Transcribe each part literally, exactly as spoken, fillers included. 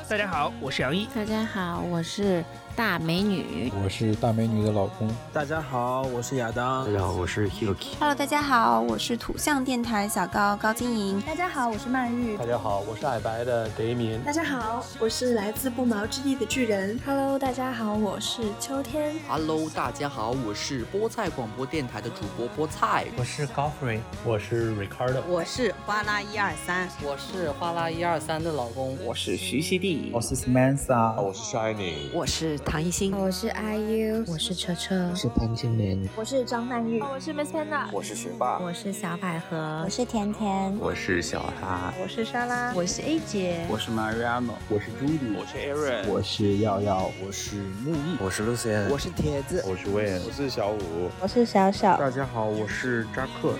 大家好，我是杨一。 大家好，我是大美女。 我是大美女的老公。 大家好，我是亚当。 大家好，我是 Hiroki。 Hello， 大家好，我是土象电台小高高晶莹。 大家好，我是曼玉。 大家好，我是矮白的德一鸣。 大家好，我是来自不毛之地的巨人。 Hello， 大家好，我是秋天。 Hello， 大家好，我是菠菜广播电台的主播菠菜。 我是 Godfrey， 我是 Ricardo， 我是花拉一二三， 我是花拉一二三的老公， 我是徐熙娣， 我是 Samantha， 我是 Shining， 我是唐艺昕， 我是 I U， 我是车车， 我是潘金莲， 我是张曼玉， 我是 Miss Panda， 我是学霸， 我是小百合， 我是甜甜， 我是小哈， 我是莎拉， 我是 A 姐， 我是 Mariano， 我是 Judy， 我是 Aaron， 我是耀耀， 我是木易， 我是 Lucian， 我是铁子， 我是 Wayne， 我是小五， 我是小小。 大家好，我是扎克。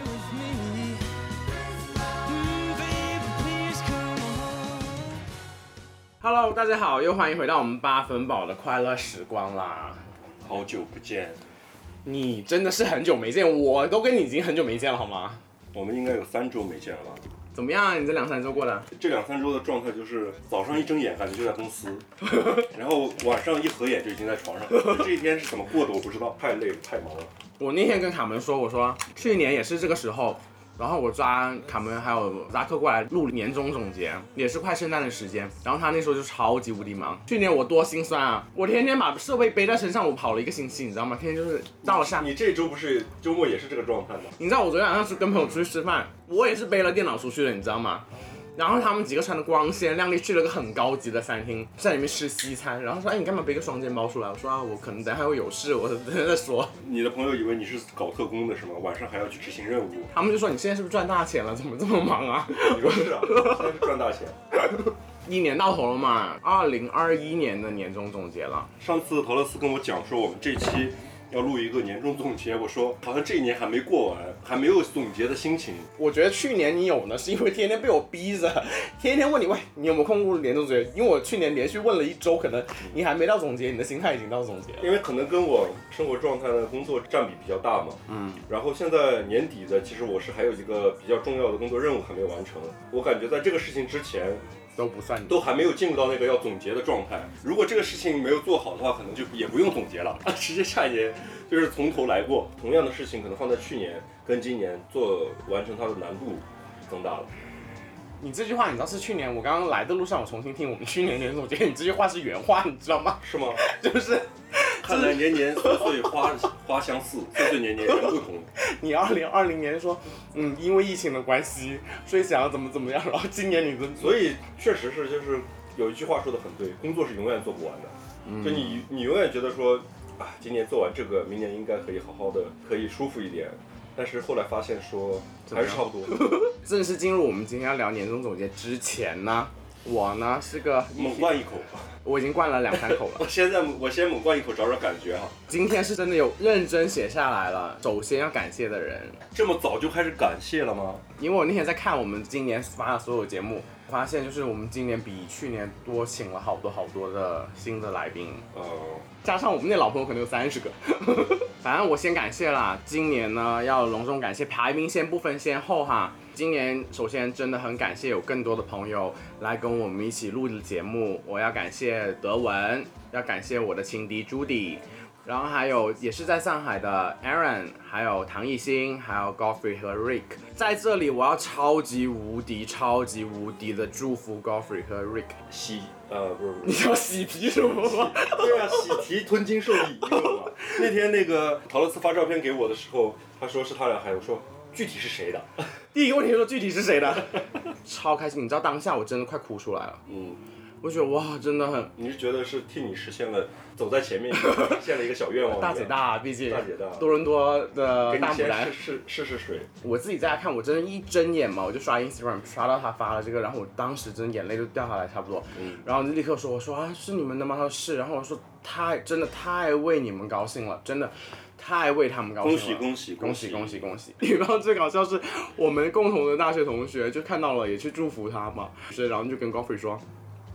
Hello， 大家好，又欢迎回到我们八分饱的快乐时光啦！ 好久不见， 你真的是很久没见，我都跟你已经很久没见了，好吗？ 我们应该有三周没见了吧？ 怎么样？你这两三周过的？ 这两三周的状态就是早上一睁眼感觉就在公司，然后晚上一合眼就已经在床上。这一天是怎么过的我不知道，太累了，太忙了。 我那天跟卡门说，我说去年也是这个时候。然后我抓卡门还有扎克过来录年终总结，也是快圣诞的时间，然后他那时候就超级无敌忙。去年我多心酸啊，我天天把设备背在身上，我跑了一个星期，你知道吗？天天就是到了下。 你这周不是周末也是这个状态吗？ 你知道我昨天晚上是跟朋友出去吃饭，我也是背了电脑出去的，你知道吗？然后他们几个穿的光鲜亮丽，去了个很高级的餐厅，在里面吃西餐。然后说：“哎，你干嘛背个双肩包出来？”我说：“啊，我可能等下会有事，我等下再说。” 你的朋友以为你是搞特工的是吗？晚上还要去执行任务。 他们就说：“你现在是不是赚大钱了？怎么这么忙啊？” 你说是啊，现在是赚大钱。 一年到头了嘛，二零二一年的年终总结了。 上次陶乐斯跟我讲说，我们这期要录一个年终总结，我说好像这一年还没过完，还没有总结的心情。 我觉得去年你有呢，是因为天天被我逼着，天天问你，喂，你有没有空录年终总结？因为我去年连续问了一周，可能你还没到总结，你的心态已经到总结了。 因为可能跟我生活状态的工作占比比较大嘛，嗯，然后现在年底的，其实我是还有一个比较重要的工作任务还没完成，我感觉在这个事情之前。 都不算， 都还没有进入到那个要总结的状态。如果这个事情没有做好的话，可能就也不用总结了，直接下一年就是从头来过。同样的事情可能放在去年跟今年做完成它的难度增大了。 你这句话你知道是去年我刚刚来的路上我重新听我们去年年总结，你这句话是原话，你知道吗？ 是吗？ 就是看来年年岁岁花花相似，岁岁年年人不同。 你二零二零年说，嗯，因为疫情的关系，所以想要怎么怎么样，然后今年你的， 所以确实是就是有一句话说的很对，工作是永远做不完的。嗯、就你你永远觉得说，啊，今年做完这个，明年应该可以好好的，可以舒服一点。但是后来发现说还是差不多。 正式进入我们今天要聊年终总结之前呢，我呢是个猛灌一口， 我已经灌了两三口了。 我现在我先猛灌一口找找感觉哈。 今天是真的有认真写下来了。首先要感谢的人， 这么早就开始感谢了吗？ 因为我那天在看我们今年发的所有节目，发现就是我们今年比去年多请了好多好多的新的来宾，呃，加上我们那老朋友可能有三十个。反正我先感谢啦，今年呢要隆重感谢，排名先不分先后哈。今年首先真的很感谢有更多的朋友来跟我们一起录的节目，我要感谢德文，要感谢我的情敌 Judy， 然后还有也是在上海的 Aaron， 还有唐艺昕，还有 Godfrey 和 Rick。 在这里我要超级无敌超级无敌的祝福 Godfrey 和 Rick 洗呃不是不是， 你要洗皮什么吗？ 对啊，洗提吞金受益，你知道吗？那天那个陶乐斯发照片给我的时候，他说是他俩孩子，我说具体是谁的？ 第一个问题说具体是谁的，超开心，你知道当下我真的快哭出来了。嗯，我觉得哇，真的很。 你是觉得是替你实现了，走在前面实现了一个小愿望？ 大姐大，毕竟大姐大， 多伦多的大牡丹。 试试试水。 我自己在家看，我真的，一睁眼嘛，我就刷 Instagram， 刷到他发了这个，然后我当时真的眼泪就掉下来，差不多。嗯。然后就立刻说，我说啊，是你们的吗？他说是。然后我说太真的太为你们高兴了，真的。太为他们高兴了， 恭喜恭喜恭喜恭喜恭喜！然后最搞笑是我们共同的大学同学就看到了，也去祝福他嘛，所以然后就跟 Godfrey 说，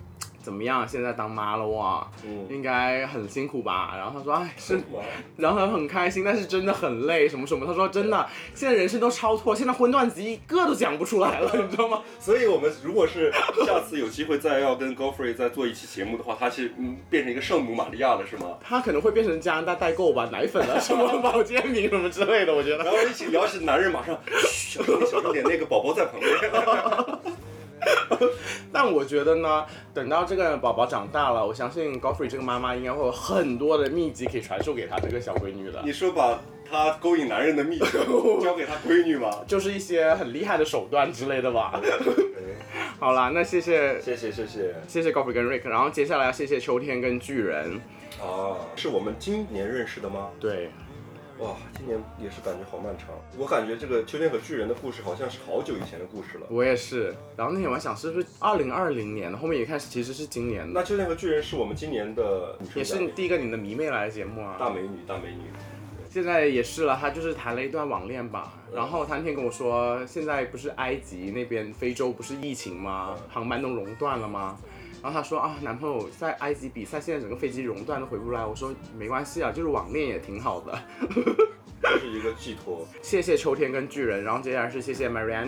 怎么样？现在当妈了哇，嗯，应该很辛苦吧？然后他说，哎，是，然后他很开心，但是真的很累，什么什么。他说真的，现在人生都超脱，现在荤段子一个都讲不出来了，你知道吗？ 所以我们如果是下次有机会再要跟 Godfrey 再做一期节目的话，他是嗯变成一个圣母玛利亚了，是吗？ 他可能会变成加拿大代购吧，奶粉啊，什么保健品什么之类的，我觉得。 然后一起聊起男人，马上嘘，小声点，小声点，那个宝宝在旁边。 但我觉得呢，等到这个宝宝长大了，我相信 Godfrey 这个妈妈应该会有很多的秘籍可以传授给她这个小闺女的。 你说把她勾引男人的秘诀交给她闺女吗？ 就是一些很厉害的手段之类的吧。好啦，那谢谢谢谢谢谢谢谢 Godfrey 跟 Rick， 然后接下来要谢谢秋天跟巨人。 啊，是我们今年认识的吗？ 对。 哇，今年也是感觉好漫长。我感觉这个秋天和巨人的故事好像是好久以前的故事了。 我也是。然后那天我还想是不是二零二零年，后面也看其实是今年的。 那秋天和巨人是我们今年的， 也是第一个你的迷妹来的节目啊。 大美女，大美女。 现在也是了，他就是谈了一段网恋吧。然后他那天跟我说，现在不是埃及那边非洲不是疫情吗？航班都熔断了吗？然后他说啊，男朋友在埃及比赛，现在整个飞机熔断都回不来。我说没关系啊，就是网恋也挺好的。 这是一个寄托。 谢谢秋天跟巨人，然后接下来是谢谢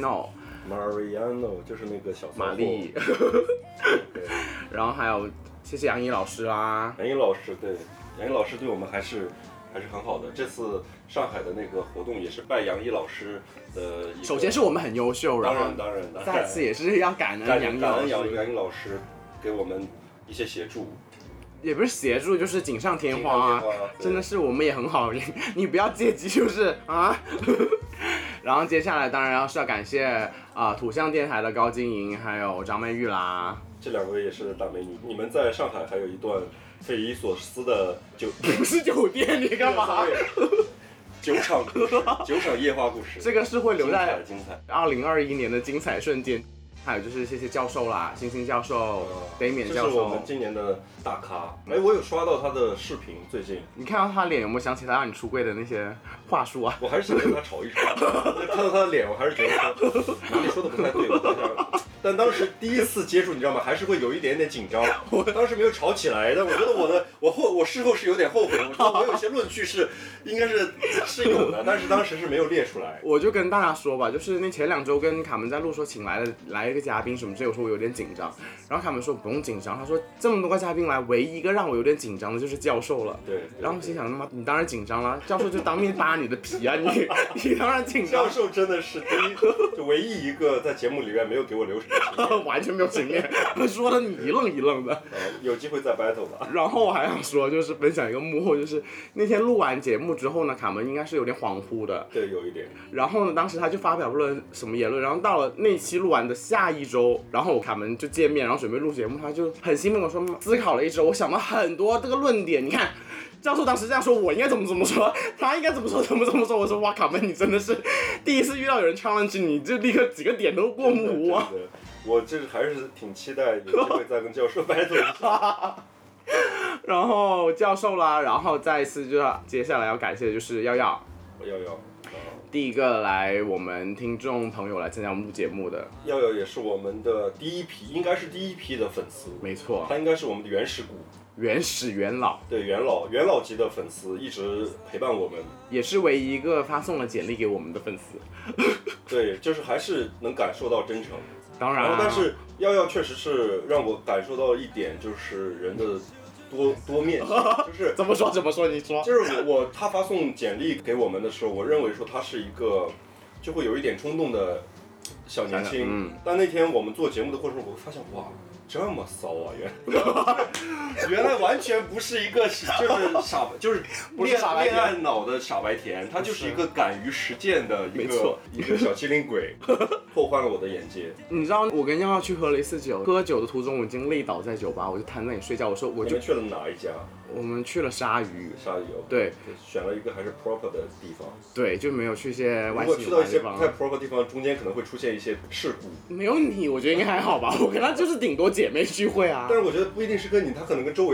Mariano。Mariano 就是那个小玛丽。然后还有谢谢杨怡老师啦。 杨怡老师，对，杨怡老师对我们还是还是很好的。这次上海的那个活动也是拜杨怡老师的。 首先是我们很优秀， 当然当然当然。 再次也是要感恩杨怡老师。 感恩杨怡老师给我们一些协助。 也不是协助，就是锦上添花啊！真的是我们也很好，你你不要借机就是啊。然后接下来当然要是要感谢啊、呃、土象电台的高晶莹还有张曼玉啦， 这两位也是大美女。你们在上海还有一段匪夷所思的酒， 不是酒店，你干嘛？ 酒场故事，酒场夜话故事， 这个是会留在精彩二零二一年的精彩瞬间。还有就是谢谢教授啦，星星教授、Damian 教授， 这是我们今年的大咖。哎，我有刷到他的视频，最近。 你看到他脸有没有想起他让你出柜的那些话术啊？ 我还是想跟他吵一吵。看到他的脸，我还是觉得他哪里说的不太对。我好像，但当时第一次接触，你知道吗？还是会有一点点紧张。我当时没有吵起来，但我觉得我的我后我事后是有点后悔。我说我有一些论据是应该是是有的，但是当时是没有列出来。 我就跟大家说吧，就是那前两周跟卡门在录说请来了来一个嘉宾什么之类，我说我有点紧张，然后卡门说不用紧张，他说这么多个嘉宾来，唯一一个让我有点紧张的就是教授了。 对。 然后我心想，他妈你当然紧张了，教授就当面扒你的皮啊，你你当然紧张。 教授真的是第一，就唯一一个在节目里面没有给我留什么经验， 完全没有经验，说的你一愣一愣的。 呃、有机会再 battle 吧。 然后我还想说，就是分享一个幕后，就是那天录完节目之后呢，卡门应该是有点恍惚的。 对，有一点。 然后呢，当时他就发表了什么言论，然后到了那期录完的下一周，然后卡门就见面，然后准备录节目，他就很兴奋我说，思考了一周，我想到很多这个论点，你看。教授当时这样说，我应该怎么怎么说，他应该怎么说怎么怎么说。我说哇，卡门你真的是第一次遇到有人 challenge 你，就立刻几个点都过目无啊。 我这还是挺期待有机会再跟教授 battle 一下。 然后教授啦，然后再一次就要接下来要感谢的就是耀耀， 耀耀。 第一个来我们听众朋友来参加我们录节目的耀耀也是我们的第一批，应该是第一批的粉丝。 没错， 他应该是我们的原始股。 原始元老， 对元老元老级的粉丝一直陪伴我们， 也是唯一一个发送了简历给我们的粉丝。 对，就是还是能感受到真诚。 当然、啊， 然后但是耀耀确实是让我感受到一点，就是人的多多面性，就是怎么说怎么说你说， 就是我我他发送简历给我们的时候，我认为说他是一个就会有一点冲动的小年轻，嗯、但那天我们做节目的过程中，我发现哇。这么骚啊！原来原来完全不是一个就是傻，就是不是傻白恋爱脑的傻白甜，他就是一个敢于实践的一个一个小机灵鬼，破坏了我的眼界。 你知道我跟耀耀去喝了一次酒，喝酒的途中我已经累倒在酒吧，我就瘫在那里睡觉。我说我就去了哪一家？ 我们去了鲨鱼。 鲨鱼对， 选了一个还是 proper 的地方。 对，就没有去一些歪七扭八的地方。 如果去到一些不太 proper 的地方，中间可能会出现一些事故。 没有你，我觉得应该还好吧。我跟他就是顶多姐妹聚会啊。 但是我觉得不一定是跟你，他可能跟周围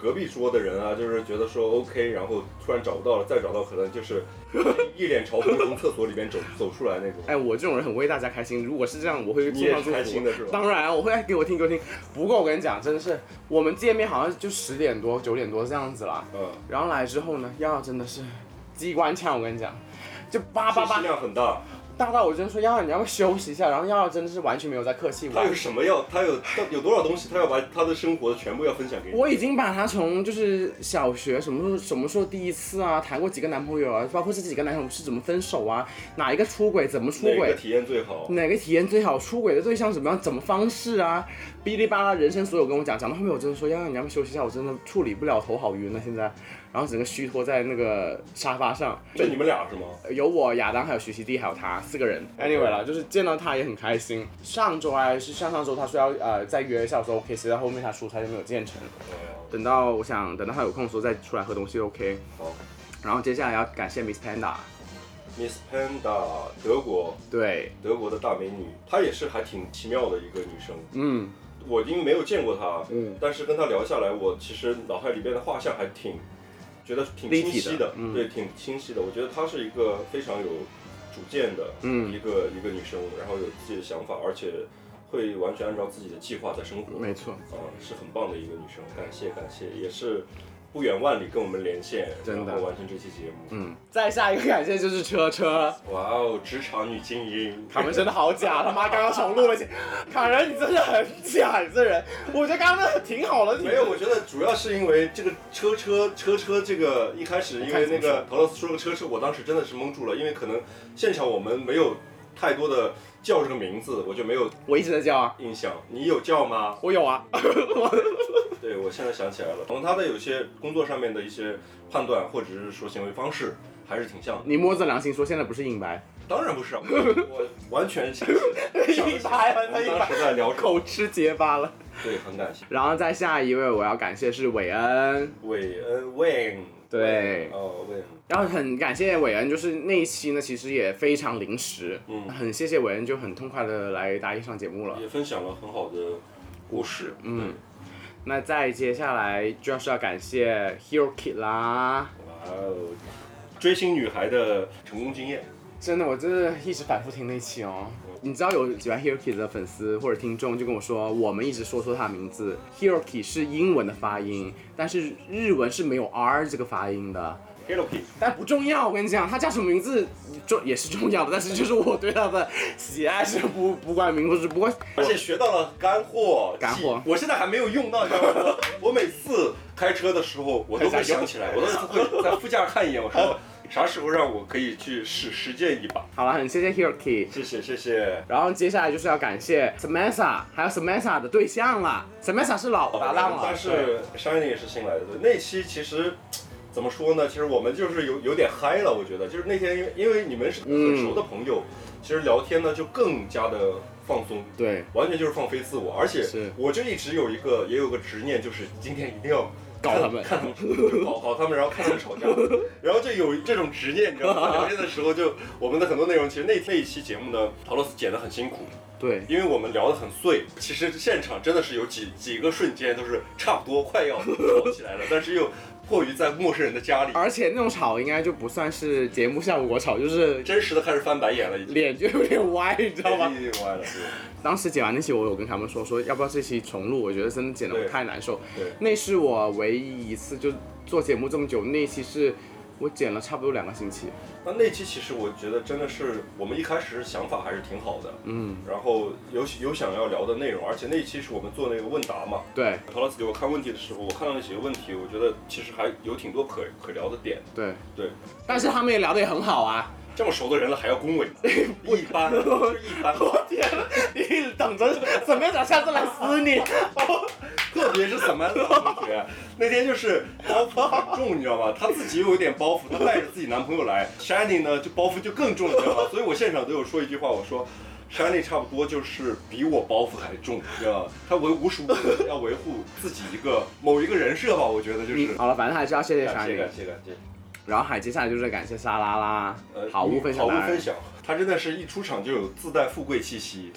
隔壁桌的人啊，就是觉得说 OK， 然后突然找不到了，再找到可能就是一脸嘲讽从厕所里边走走出来那种。 哎，我这种人很为大家开心，如果是这样，我会你也是开心的是吧？ 当然，我会给我听给我听。不过我跟你讲，真的是我们见面好像就十点多、九点多这样子了。嗯。然后来之后呢，耀耀真的是机关枪，我跟你讲，就叭叭叭， 信息量很大。 大到我真的说耀耀你要不要休息一下，然后耀耀真的是完全没有在客气我。 他有什么要？他有有多少东西？他要把他的生活全部要分享给你。 我已经把他从就是小学什么时候什么时候第一次啊，谈过几个男朋友啊，包括这几个男朋友是怎么分手啊，哪一个出轨，怎么出轨， 哪个体验最好， 哪个体验最好，出轨的对象怎么样，怎么方式啊，哔哩吧啦人生所有跟我讲，讲到后面我真的说耀耀你要不要休息一下，我真的处理不了，头好晕了现在。然后整个虚脱在那个沙发上， 就你们俩是吗？ 有我亚当还有学习弟还有他四个人。Anyway 啦，就是见到他也很开心。上周还是上上周他说要呃再约一下，我说 OK， 实在后面他出差就没有见成。等到我想等到他有空的时候再出来喝东西 OK。 好。 然后接下来要感谢 Miss Panda。Miss Panda， 德国。 对。 德国的大美女，她也是还挺奇妙的一个女生。 嗯。 我因为没有见过她， 嗯， 但是跟她聊下来，我其实脑海里边的画像还挺。觉得挺清晰的， 的嗯、 对，挺清晰的。我觉得她是一个非常有主见的，嗯，一个一个女生，然后有自己的想法，而且会完全按照自己的计划在生活。 没错， 啊、呃，是很棒的一个女生。感谢感谢，也是不远万里跟我们连线， 真的， 然后完成这期节目。 嗯，再下一个感谢就是车车。 哇哦，职场女精英， 他们真的好假，他妈刚刚重录了一些。卡人，你真的很假，你这人。我觉得刚刚那挺好的。 没有，我觉得主要是因为这个车车车车这个一开始，因为那个陶乐斯说个车车，我当时真的是懵住了，因为可能现场我们没有太多的叫这个名字，我就没有。 我一直在叫啊。 印象，你有叫吗？ 我有啊。 对，我现在想起来了，从他的有些工作上面的一些判断，或者是说行为方式，还是挺像的。 你摸着良心说，现在不是硬白？ 当然不是啊，我, 我完全相信。 硬白了，他硬白。 当时在聊口吃结巴了。 对，很感谢。 然后再下一位，我要感谢是韦恩。 韦恩 Wayne。 对。 哦 Wayne。 然后很感谢韦恩，就是那一期呢，其实也非常临时，嗯，很谢谢韦恩，就很痛快的来答应上节目了， 也分享了很好的故事， 嗯。那再接下来就是要感谢 Hero Kid 啦， 哇哦，追星女孩的成功经验， 真的，我真的一直反复听那期哦。你知道有喜欢 Hero Kid 的粉丝或者听众就跟我说，我们一直说错他的名字 ，Hero Kid 是英文的发音，但是日文是没有 R 这个发音的。 Hello Kid， 但不重要，我跟你讲，他叫什么名字重也是重要的，但是就是我对他的喜爱是不不关名，不是不过， 而且学到了干货， 干货， 我现在还没有用到，你知道吗？我每次开车的时候，我都会想起来，我都会在副驾看一眼，我说啥时候让我可以去实实践一把。 好了，很谢谢 Hero Kid， 谢谢谢谢。 然后接下来就是要感谢 Samantha， 还有 Samantha 的对象了 ，Samantha 是老搭档了， 但是 Shiny 也是新来的，对，那期其实。怎么说呢？其实我们就是有有点嗨了，我觉得就是那天因为因为你们是很熟的朋友，嗯、其实聊天呢就更加的放松， 对， 完全就是放飞自我，而且我就一直有一个也有个执念，就是今天一定要搞他们， 看他们搞好他们，然后看他们吵架，然后就有这种执念，你知道吗？聊天的时候就我们的很多内容，其实那那一期节目呢，陶乐斯剪得很辛苦。 对， 因为我们聊得很碎，其实现场真的是有几几个瞬间都是差不多快要吵起来了，但是又迫于在陌生人的家里， 而且那种吵应该就不算是节目效果吵，就是真实的开始翻白眼了，已经脸就有点歪，你知道吗？ 有点歪了。对。 当时剪完那期，我有跟他们说说要不要这期重录，我觉得真的剪得我太难受。 对。 那是我唯一一次就做节目这么久，那期是我剪了差不多两个星期。 那那期其实我觉得真的是我们一开始想法还是挺好的，嗯，然后有有想要聊的内容，而且那一期是我们做那个问答嘛， 对， 陶老师给我看问题的时候，我看到那几个问题，我觉得其实还有挺多可可聊的点， 对对， 但是他们也聊得也很好啊。 这么熟的人了还要恭维，一般，就是一般。 我天，你等着怎么样下次来撕你？ 特别是什么同学，那天就是包袱很重，你知道吗？她自己又有点包袱，她带着自己男朋友来 ，Shiny 呢就包袱就更重，你知道吗？所以我现场都有说一句话，我说 Shiny 差不多就是比我包袱还重，你知道吗？她维无时无刻要维护自己一个某一个人设吧，我觉得就是。 嗯、好了，反正还是要谢谢 Shiny， 感谢感谢感谢。 然后还接下来就是感谢莎拉啦，呃，好物分享， 好物分享，他真的是一出场就有自带富贵气息， 对，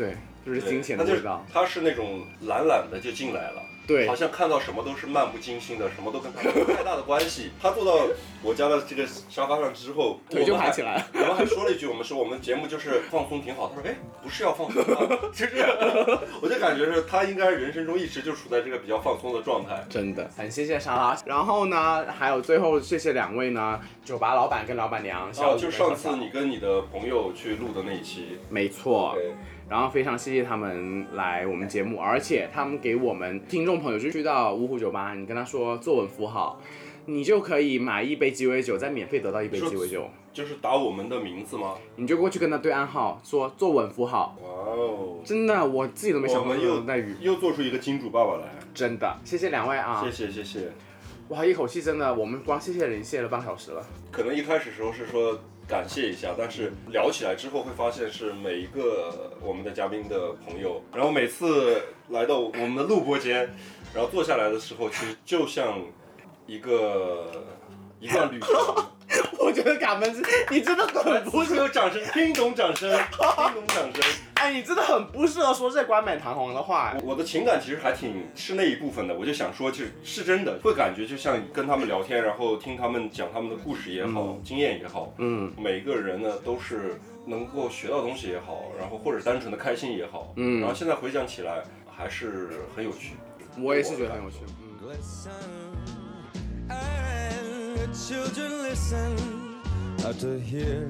就是金钱的味道。 他是那种懒懒的就进来了。 对， 好像看到什么都是漫不经心的，什么都跟他没有太大的关系。他坐到我家的这个沙发上之后， 腿就抬起来了。 我们还说了一句，我们说我们节目就是放松挺好。他说，哎，不是要放松吗？就是，我就感觉是他应该人生中一直就处在这个比较放松的状态。 真的，很谢谢莎拉。然后呢，还有最后谢谢两位呢，酒吧老板跟老板娘。 哦，就上次你跟你的朋友去录的那一期。 没错。 Okay. 然后非常谢谢他们来我们节目，而且他们给我们听众朋友就去到芜湖酒吧，你跟他说作文符号，你就可以买一杯鸡尾酒，再免费得到一杯鸡尾酒。 就是打我们的名字吗？ 你就过去跟他对暗号，说作文符号。 哇哦！ 真的，我自己都没想到这种待遇。 又做出一个金主爸爸来。 真的，谢谢两位啊！ 谢谢谢谢。 哇，一口气真的，我们光谢谢人谢了半小时了。 可能一开始时候是说感谢一下，但是聊起来之后会发现是每一个我们的嘉宾的朋友，然后每次来到我们的录播间，然后坐下来的时候，其实就像一个一段旅程。 我觉得卡门是，你真的很不适合掌声，听懂掌声，听懂掌声。 哎，你真的很不适合说这冠冕堂皇的话。 我的情感其实还挺是那一部分的，我就想说，就是是真的，会感觉就像跟他们聊天，然后听他们讲他们的故事也好，嗯、经验也好， 嗯， 每一个人呢都是能够学到东西也好，然后或者单纯的开心也好， 嗯， 然后现在回想起来还是很有趣。 我也是觉得很有趣，嗯。 Children listen to hear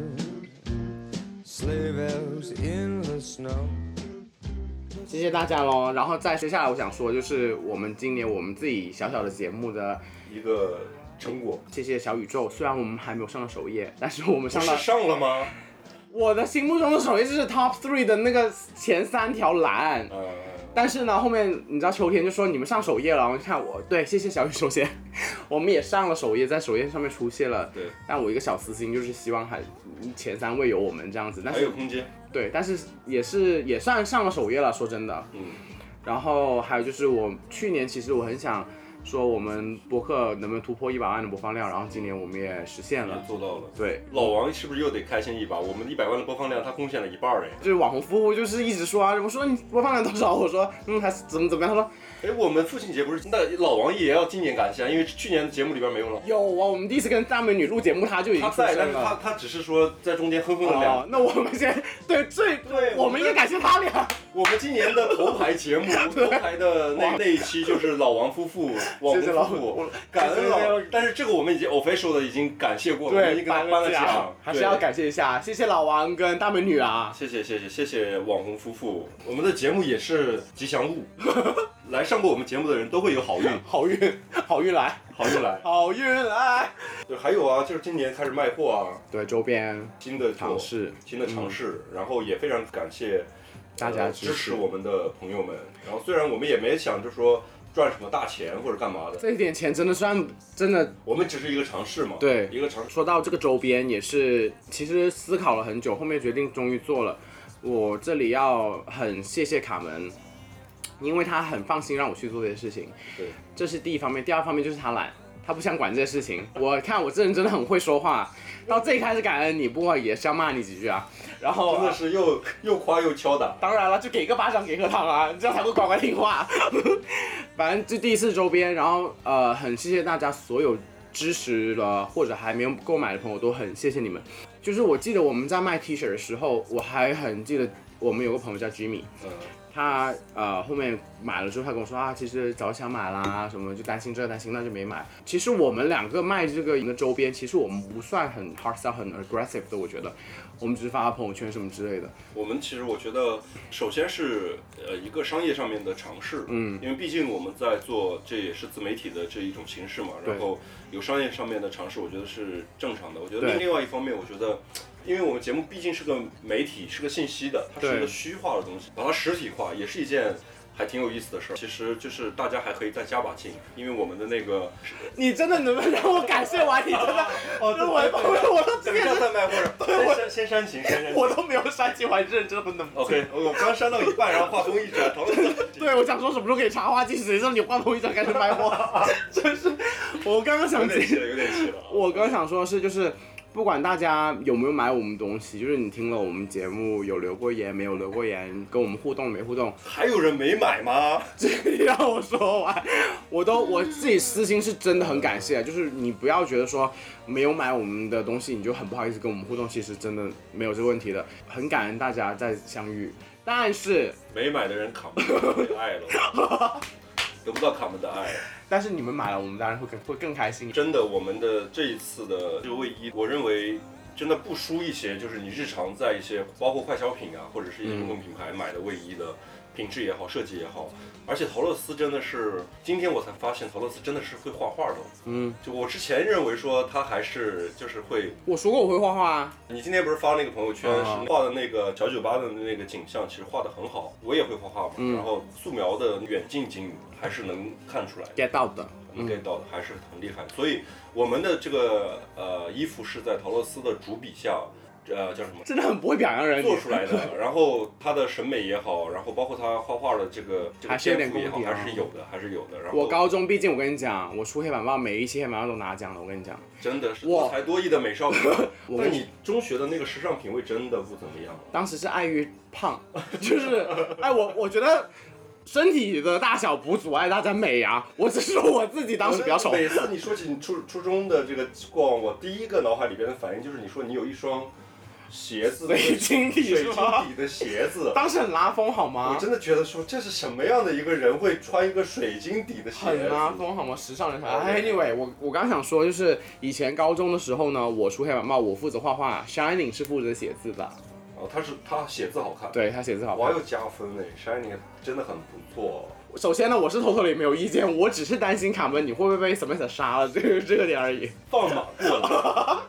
sleigh bells in the snow。 谢谢大家咯，然后再接下来我想说就是我们今年我们自己小小的节目的一个成果。 谢谢小宇宙，虽然我们还没有上到首页，但是我们上到。 不是上了吗？ 我的心目中的首页就是 top three 的那个前三条栏。 嗯。 但是呢，后面你知道秋天就说你们上首页了，然后看我，对，谢谢小雨首先，我们也上了首页，在首页上面出现了。 对。 但我一个小私心就是希望还前三位有我们这样子，但是还有空间。 对，但是也是也算上了首页了，说真的。 嗯。 然后还有就是我去年其实我很想说我们播客能不能突破一百万的播放量，然后今年我们也实现了， 也做到了。 对， 老王是不是又得开心一把？我们一百万的播放量，他贡献了一半哎。 就是网红夫妇就是一直说啊，我说你播放量多少？我说嗯，还是怎么怎么样？他说， 哎，我们父亲节不是那老王也要今年感谢，因为去年的节目里边没有了。 有啊，我们第一次跟大美女录节目，他就已经出现了。 他在，但是他他只是说在中间哼哼了两。 哦，那我们先对最对， 我们应该感谢他俩。 我们今年的头牌节目，头牌的那那一期就是老王夫妇，网红夫妇。感恩老，但是这个我们已经 official 的已经感谢过了， 对， 已经给他颁了奖， 还是要感谢一下，谢谢老王跟大美女啊， 谢谢谢谢谢谢网红夫妇，我们的节目也是吉祥物，来上过我们节目的人都会有好运， 好运，好运来， 好运来， 好运来。 对，还有啊，就是今年开始卖货啊， 对，周边新的尝试， 新的尝试，嗯、然后也非常感谢大家、呃、 支持我们的朋友们，然后虽然我们也没想就说。赚什么大钱或者干嘛的？ 这一点钱真的算真的， 我们只是一个尝试嘛。 对， 一个尝试。 说到这个周边，也是其实思考了很久，后面决定终于做了。我这里要很谢谢卡门，因为他很放心让我去做这些事情。 对， 这是第一方面。第二方面就是他懒，他不想管这些事情。我看我这人真的很会说话，到这一开始感恩你，不过也是要骂你几句啊。然后真的是又又夸又敲打， 当然了，就给个巴掌给个糖啊，这样才会乖乖听话。反正就第一次周边，然后呃，很谢谢大家所有支持了或者还没有购买的朋友，都很谢谢你们。就是我记得我们在卖 T 恤的时候，我还很记得我们有个朋友叫 Jimmy， 嗯， 他呃后面买了之后，他跟我说啊，其实早想买啦，什么就担心这担心那就没买。其实我们两个卖这个的周边，其实我们不算很 hard sell 很 aggressive 的，我觉得。我们只是发朋友圈什么之类的。 我们其实我觉得，首先是呃一个商业上面的尝试， 嗯， 因为毕竟我们在做，这也是自媒体的这一种形式嘛。然后有商业上面的尝试，我觉得是正常的。我觉得另外一方面，我觉得，因为我们节目毕竟是个媒体，是个信息的，它是一个虚化的东西，把它实体化也是一件。还挺有意思的事儿，其实就是大家还可以再加把劲，因为我们的那个， 你真的能不能让我感谢完？你真的， 哦，对， 我我都等一下再卖货，先先先煽情，先煽情， 我都没有煽情，我还认真不能。 OK， 我刚煽到一半，然后话锋一转， 对，我想说什么时候可以插话进，谁知道你话锋一转开始卖货，真是，我刚刚想有点气了，有点气了。 我刚刚想说的是就是。 不管大家有没有买我们东西，就是你听了我们节目有留过言没有留过言，跟我们互动没互动， 还有人没买吗？ 这个让我说完，我都我自己私心是真的很感谢，就是你不要觉得说没有买我们的东西你就很不好意思跟我们互动，其实真的没有这个问题的，很感恩大家再相遇。但是没买的人卡不到爱了，得不到卡门的爱。 但是你们买了，我们当然会更会更开心。 真的，我们的这一次的这个卫衣，我认为真的不输一些，就是你日常在一些包括快消品啊，或者是一些运动品牌买的卫衣的品质也好，设计也好。而且陶乐斯真的是，今天我才发现陶乐斯真的是会画画的。嗯，就我之前认为说他还是就是会， 我说过我会画画啊。 你今天不是发那个朋友圈，是画的那个小酒吧的那个景象，其实画的很好。我也会画画嘛，嗯、然后素描的远近景还是能看出来 ，get 到的， 能 get 到的，还是很厉害。所以我们的这个呃衣服是在陶乐斯的主笔下。呃，叫什么？ 真的很不会表扬人做出来的。然后他的审美也好，然后包括他画画的这个这个天赋也好，还是有的，还是有的。然后我高中，毕竟我跟你讲，我出黑板报，每一期黑板报都拿奖的。我跟你讲， 真的是多才多艺的美少女。但你中学的那个时尚品味真的不怎么样。 当时是碍于胖，就是哎，我我觉得。身体的大小不阻碍大家美啊！我只是说我自己当时比较丑。 每次你说起你初初中的这个过往，我第一个脑海里边的反应就是你说你有一双鞋子， 水晶底水晶底的鞋子， 当时很拉风好吗？ 我真的觉得说这是什么样的一个人会穿一个水晶底的鞋子？ 很拉风好吗？时尚人才。哎 ，anyway， 我我刚想说就是以前高中的时候呢，我出黑板报，我负责画画 ，Shining 是负责写字的。 哦，他是他写字好看， 对他写字好看， 哇，又加分哎 ，Shining 真的很不错。 首先呢，我是偷偷里没有意见，我只是担心卡门你会不会被 Samantha 杀了，这个这个点而已。 放马过了。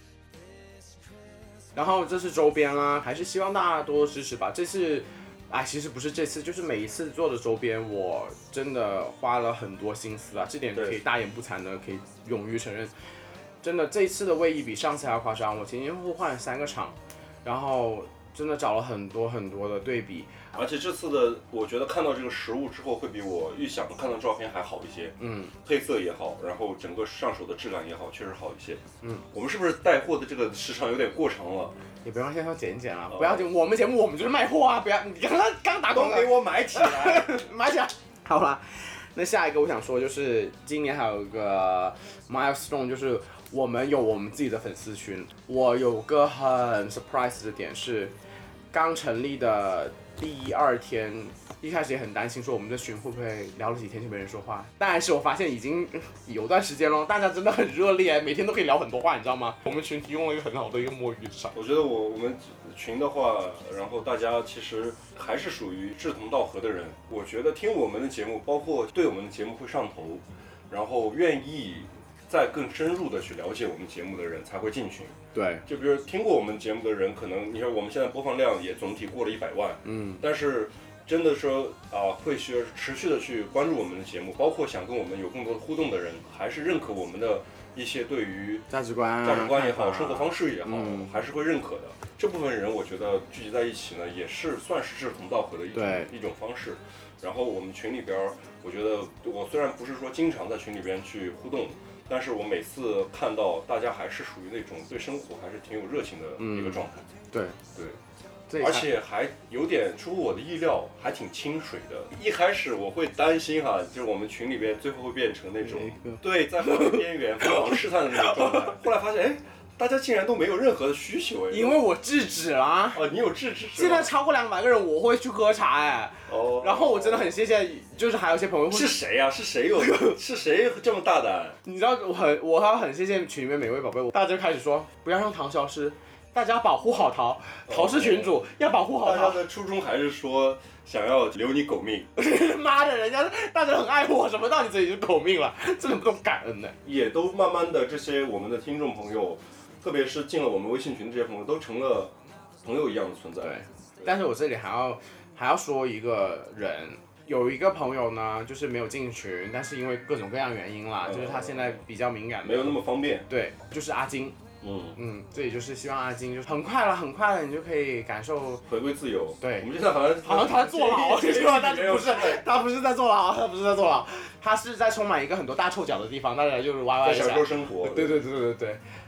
然后这是周边啦，还是希望大家多多支持吧。这次，哎，其实不是这次，就是每一次做的周边，我真的花了很多心思啊，这点可以大言不惭的可以勇于承认。真的，这一次的卫衣比上次还要夸张，我前前后后换了三个厂。然后真的找了很多很多的对比， 而且这次的我觉得看到这个实物之后，会比我预想的看到照片还好一些。嗯，配色也好，然后整个上手的质感也好，确实好一些。嗯，我们是不是带货的这个时长有点过长了？ 也不要先说减减啊，不要紧，我们节目我们就是卖货啊，不要你刚刚刚打广告， 都给我买起来， 买起来。好啦，那下一个我想说就是今年还有一个 milestone， 就是。我们有我们自己的粉丝群，我有个很 surprise 的点是，刚成立的第一二天，一开始也很担心说我们的群会不会聊了几天就没人说话，但是我发现已经有段时间了，大家真的很热烈，每天都可以聊很多话，你知道吗？我们群提供了一个很好的一个摸鱼场。 我觉得我我们群的话，然后大家其实还是属于志同道合的人，我觉得听我们的节目，包括对我们的节目会上头，然后愿意再更深入的去了解我们节目的人才会进群。 对， 就比如听过我们节目的人，可能你说我们现在播放量也总体过了一百万，嗯，但是真的说啊、呃，会去持续的去关注我们的节目，包括想跟我们有更多的互动的人，还是认可我们的一些对于价值观、 价值观也好，生活方式也好，嗯、还是会认可的。这部分人，我觉得聚集在一起呢，也是算是志同道合的一种一种方式。然后我们群里边，我觉得我虽然不是说经常在群里边去互动。但是我每次看到大家还是属于那种对生活还是挺有热情的一个状态，嗯、 对对，而且还有点出乎我的意料，还挺清水的。一开始我会担心哈，就是我们群里边最后会变成那种对在法律边缘疯狂试探的那种状态。后来发现，哎，大家竟然都没有任何的需求哎， 因为我制止啦。 哦，你有制止？ 现在超过两百个人，我会去喝茶哎。哦。然后我真的很谢谢，就是还有一些朋友会。 是谁呀、啊？是谁有？是谁这么大胆？ 你知道我很，我还很谢谢群里面每位宝贝，大家就开始说不要让桃消失，大家要保护好桃，桃是群主、哦、要保护好桃。 大家的初衷还是说想要留你狗命。 妈的，人家大家很爱我，什么到你这里就狗命了，真的不懂感恩呢。 也都慢慢的这些我们的听众朋友。特别是进了我们微信群，这些朋友都成了朋友一样的存在。 对，但是我这里还要还要说一个人，有一个朋友呢，就是没有进群，但是因为各种各样原因啦，嗯、就是他现在比较敏感， 没有那么方便。 对，就是阿金。嗯嗯，这也就是希望阿金就是很快了，很快了，你就可以感受回归自由。 对， 我们现在好像好像他在坐牢，是吧？但是不是，他不是在坐牢，他不是在坐牢，他是在充满一个很多大臭脚的地方，大家就是歪歪一下。 在享受生活。 对对对对对。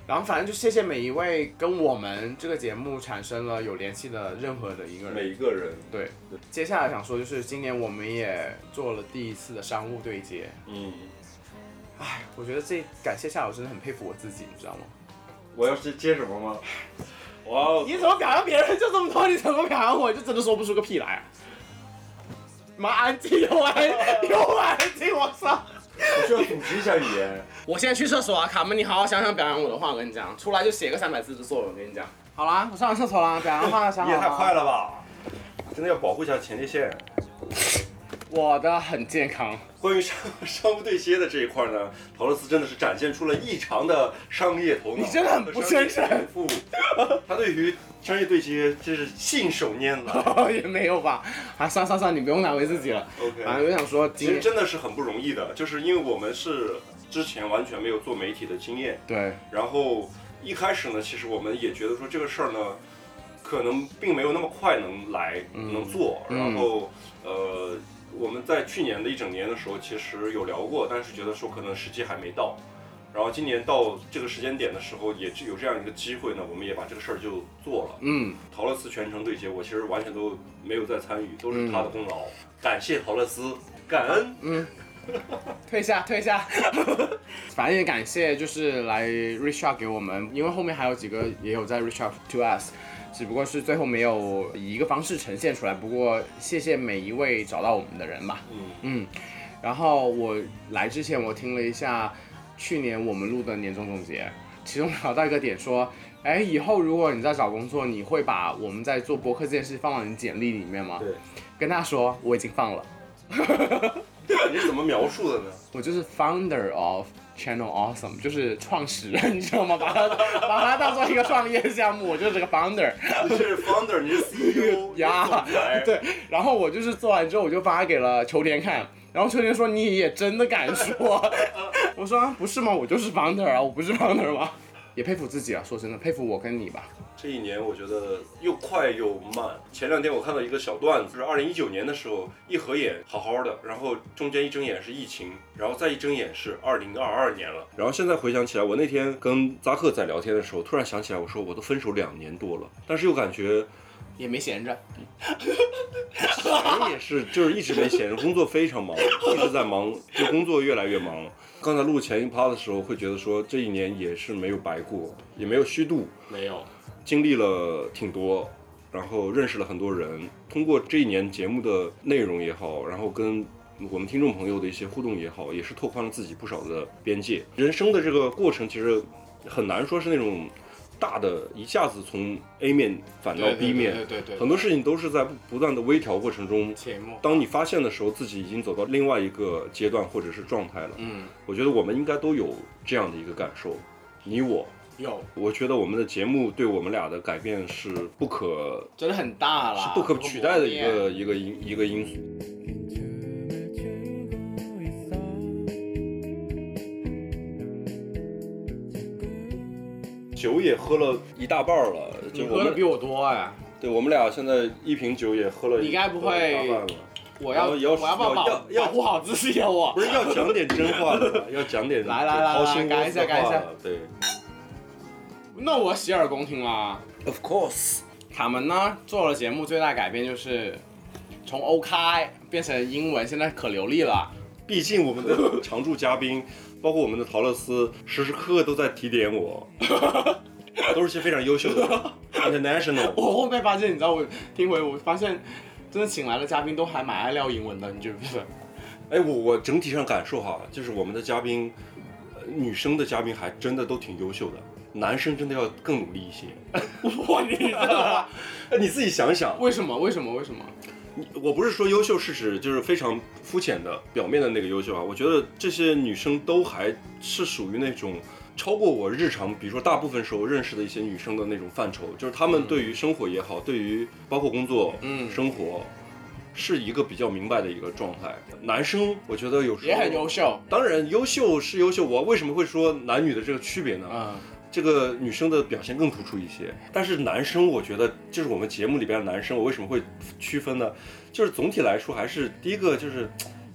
然后反正就谢谢每一位跟我们这个节目产生了有联系的任何的一个人， 每一个人。 对，接下来想说就是今年我们也做了第一次的商务对接。 嗯， 哎，我觉得这感谢夏老师真的很佩服我自己，你知道吗？ 我要接接什么吗？哇！ 你怎么表扬别人就这么多，你怎么表扬我就真的说不出个屁来。妈，安静，有安，有安静，我操！ 我需要组织一下语言。 我现在去厕所啊，卡门，你好好想想表扬我的话，我跟你讲，出来就写个三百字的作文，我跟你讲。好啦，我上完厕所了，表扬话想好了。 你也太快了吧！真的要保护一下前列腺。 我的很健康。 关于商商务对接的这一块呢，陶乐斯真的是展现出了异常的商业头脑。 你真的很不真诚。 他对于商业对接真是信手拈来。 也没有吧？啊，算算算，你不用难为自己了。 OK。 反正我想说， 其实真的是很不容易的，就是因为我们是之前完全没有做媒体的经验。 对。 然后一开始呢，其实我们也觉得说这个事儿呢，可能并没有那么快能来、嗯、能做。然后呃。我们在去年的一整年的时候，其实有聊过，但是觉得说可能时机还没到。然后今年到这个时间点的时候，也有这样一个机会呢，我们也把这个事儿就做了。 嗯， 陶乐斯全程对接，我其实完全都没有在参与，都是他的功劳。嗯、感谢陶乐斯，感恩。 嗯，退下，退下。反正也感谢，就是来 reach out 给我们，因为后面还有几个也有在 reach out to us。只不过是最后没有以一个方式呈现出来，不过谢谢每一位找到我们的人吧。 嗯嗯，然后我来之前我听了一下去年我们录的年终总结，其中聊到一个点说，哎，以后如果你在找工作，你会把我们在做播客这件事放到你简历里面吗？ 对， 跟他说我已经放了。 你是怎么描述的呢？ 我就是 founder of Channel Awesome， 就是创始人，你知道吗？把它把它当做一个创业项目，我就是这个 founder。 你是 founder， 你是 C E O 呀，对。然后我就是做完之后，我就发给了秋天看，然后秋天说你也真的敢说？我说、啊、不是吗？我就是 founder 啊，我不是 founder 吗？也佩服自己啊，说真的，佩服我跟你吧。 这一年我觉得又快又慢。前两天我看到一个小段子，就是二零一九年的时候，一合眼好好的，然后中间一睁眼是疫情，然后再一睁眼是二零二二年了。然后现在回想起来，我那天跟扎克在聊天的时候，突然想起来，我说我都分手两年多了，但是又感觉也没闲着。 闲也是，就是一直没闲着，工作非常忙，一直在忙，就工作越来越忙。刚才录前一趴的时候，会觉得说这一年也是没有白过，也没有虚度， 没有。 经历了挺多，然后认识了很多人。通过这一年节目的内容也好，然后跟我们听众朋友的一些互动也好，也是拓宽了自己不少的边界。人生的这个过程其实很难说是那种大的一下子从 A 面反到 B 面， 对对 对, 对, 对, 对， 很多事情都是在不断的微调过程中， 当当你发现的时候，自己已经走到另外一个阶段或者是状态了。 嗯， 我觉得我们应该都有这样的一个感受，你我。 有， 我觉得我们的节目对我们俩的改变是不可， 真的很大了， 是不可取代的一个一个因一个因素。酒也喝了一大半了， 你喝的比我多哎。 对，我们俩现在一瓶酒也喝了， 你该不会？我要要我要不要保要保护好自己啊？我不是要讲点真话的，要讲点来来来来，改一下改一下， 对。 那我洗耳恭听啦 ，Of course。 他们呢做了节目最大改变就是从 OK 变成英文，现在可流利了。 毕竟我们的常驻嘉宾，包括我们的陶乐斯，时时刻刻都在提点我，都是些非常优秀的 international。 我后面发现，你知道我听回我发现，真的请来的嘉宾都还蛮爱聊英文的，你觉不觉得？ 哎，我我整体上感受哈，就是我们的嘉宾，呃、女生的嘉宾还真的都挺优秀的。男生真的要更努力一些。 哇，你知道吗？ 你自己想想， 为什么？为什么？为什么？ 我不是说优秀是指就是非常肤浅的表面的那个优秀啊，我觉得这些女生都还是属于那种超过我日常，比如说大部分时候认识的一些女生的那种范畴，就是她们对于生活也好，嗯、对于包括工作、嗯、生活。是一个比较明白的一个状态。男生我觉得有时候也很优秀， 当然优秀是优秀。我为什么会说男女的这个区别呢？ 嗯， 这个女生的表现更突出一些，但是男生我觉得就是我们节目里边的男生，我为什么会区分呢？就是总体来说还是第一个就是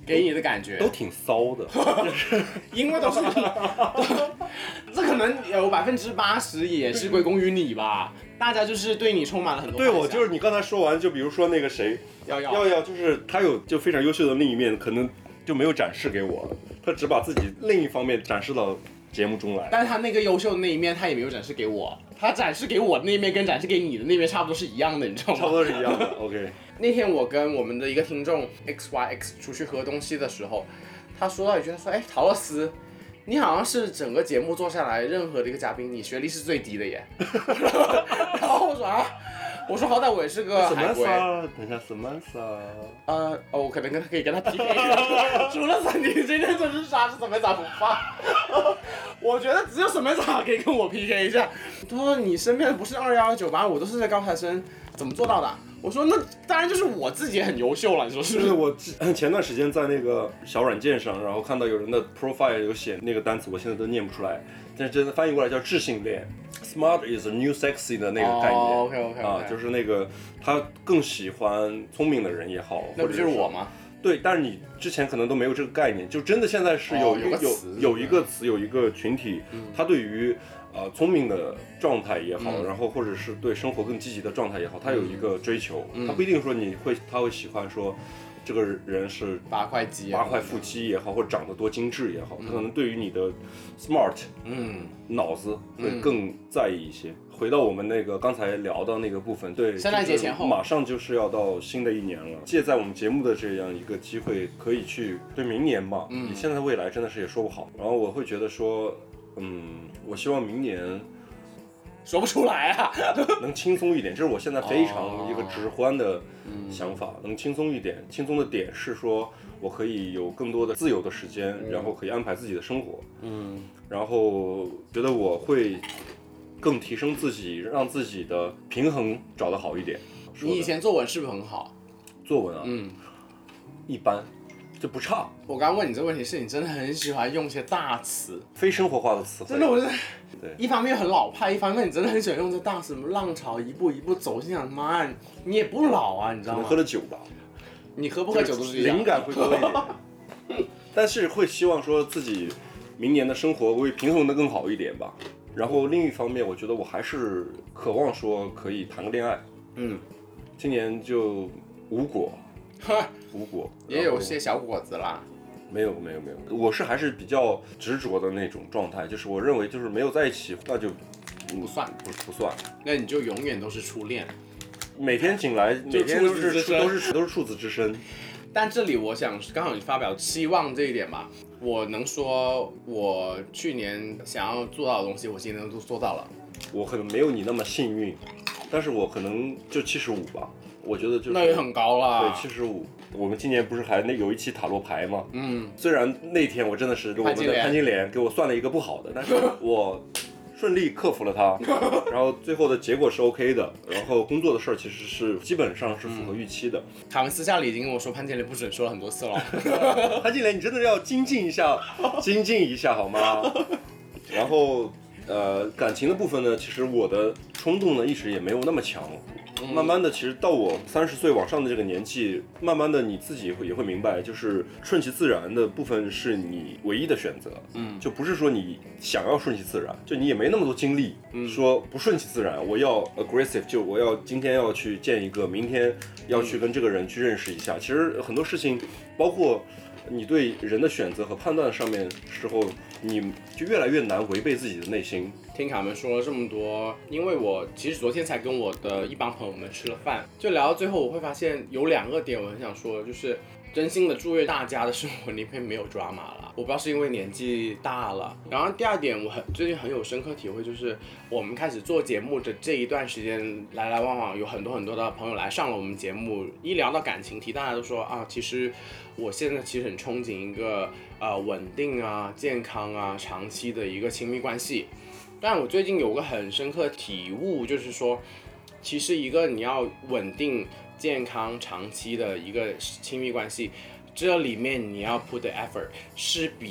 给你的感觉都挺骚的， 就是因为都是你，这可能有百分之八十也是归功于你吧。大家就是对你充满了很多。 对，我就是你刚才说完，就比如说那个谁， 耀耀， 耀耀就是他有就非常优秀的另一面，可能就没有展示给我，他只把自己另一方面展示到节目中来。 但是他那个优秀的那一面，他也没有展示给我，他展示给我的那一面跟展示给你的那面差不多是一样的，你知道吗？ 差不多是一样的。OK。 那天我跟我们的一个听众 X Y X 出去喝东西的时候，他说到一句，他说：“哎，陶乐斯，你好像是整个节目做下来任何的一个嘉宾，你学历是最低的耶。”然后我说啊，我说好歹我也是个海归。 等一下 ，Samantha。 呃，哦，我可能跟他可以跟他 P K 一下。除了三弟，今天这是啥？是 Samantha 不发。我觉得只有 Samantha 可以跟我 P K 一下。他说你身边不是二幺幺九八五都是在高材生，怎么做到的？我说那当然就是我自己也很优秀了，你说是不是？ 我前段时间在那个小软件上，然后看到有人的 profile 有写那个单词，我现在都念不出来，但是真的翻译过来叫智性恋 ，smart is a new sexy 的那个概念。 哦 OK OK 啊，就是那个他更喜欢聪明的人也好， 那不就是我吗？ 对，但是你之前可能都没有这个概念，就真的现在是有、 哦、有个词有有一个词有一个群体，嗯、他对于呃聪明的状态也好，嗯、然后或者是对生活更积极的状态也好，他有一个追求，嗯、他不一定说你会他会喜欢说这个人是八块肌、 八块腹肌也好，或者长得多精致也好，嗯、他可能对于你的 smart 嗯脑子会更在意一些。嗯回到我们那个刚才聊到那个部分，对， 圣诞节前后马上就是要到新的一年了，借在我们节目的这样一个机会，可以去对明年吧，嗯，你现在未来真的是也说不好。然后我会觉得说，嗯，我希望明年说不出来啊， 能轻松一点，这是我现在非常一个直观的想法，哦嗯、能轻松一点。轻松的点是说我可以有更多的自由的时间，嗯、然后可以安排自己的生活，嗯，然后觉得我会更提升自己，让自己的平衡找得好一点。 你以前作文是不是很好？ 作文啊， 嗯， 一般，就不差。 我刚刚问你这个问题，是你真的很喜欢用一些大词， 非生活化的词汇。 真的，我是对，一方面很老派，一方面你真的很喜欢用这大词，什么浪潮一步一步走，心想妈，你也不老啊，你知道吗？ 可能喝了酒吧， 你喝不喝酒都是一样， 灵感会多一点，但是会希望说自己明年的生活会平衡的更好一点吧。然后另一方面，我觉得我还是渴望说可以谈个恋爱。嗯，今年就无果，无果， 也有些小果子啦。 没有没有没有，我是还是比较执着的那种状态，就是我认为就是没有在一起那就不算， 不不算， 那你就永远都是初恋， 每天醒来每天都是都是都是处子之身。 但这里我想刚好你发表期望这一点吧，我能说我去年想要做到的东西，我今年都做到了。 我可能没有你那么幸运，但是我可能就七十五吧，我觉得就是那也很高啦。 对，七十五。我们今年不是还那有一期塔罗牌吗？嗯，虽然那天我真的是我们的潘金莲给我算了一个不好的，但是我顺利克服了它，然后最后的结果是 OK 的，然后工作的事儿其实是基本上是符合预期的。 他们私下里已经跟我说潘金莲不准说了很多次了。 潘金莲，你真的要精进一下，精进一下好吗？然后呃，感情的部分呢，其实我的冲动呢一直也没有那么强。慢慢的，其实到我三十岁往上的这个年纪，慢慢的你自己也会明白，就是顺其自然的部分是你唯一的选择，嗯，就不是说你想要顺其自然，就你也没那么多精力，嗯，说不顺其自然，我要 aggressive， 就我要今天要去见一个，明天要去跟这个人去认识一下。其实很多事情，包括你对人的选择和判断上面时候，你就越来越难违背自己的内心。 听卡门说了这么多，因为我其实昨天才跟我的一帮朋友们吃了饭，就聊到最后，我会发现有两个点我很想说，就是真心的祝愿大家的生活里面没有抓马了。我不知道是因为年纪大了，然后第二点我很最近很有深刻体会，就是我们开始做节目的这一段时间，来来往往有很多很多的朋友来上了我们节目，一聊到感情题，大家都说啊，其实我现在其实很憧憬一个呃稳定啊、健康啊、长期的一个亲密关系。但我最近有个很深刻体悟，就是说，其实一个你要稳定、健康、长期的一个亲密关系，这里面你要 put the effort 是比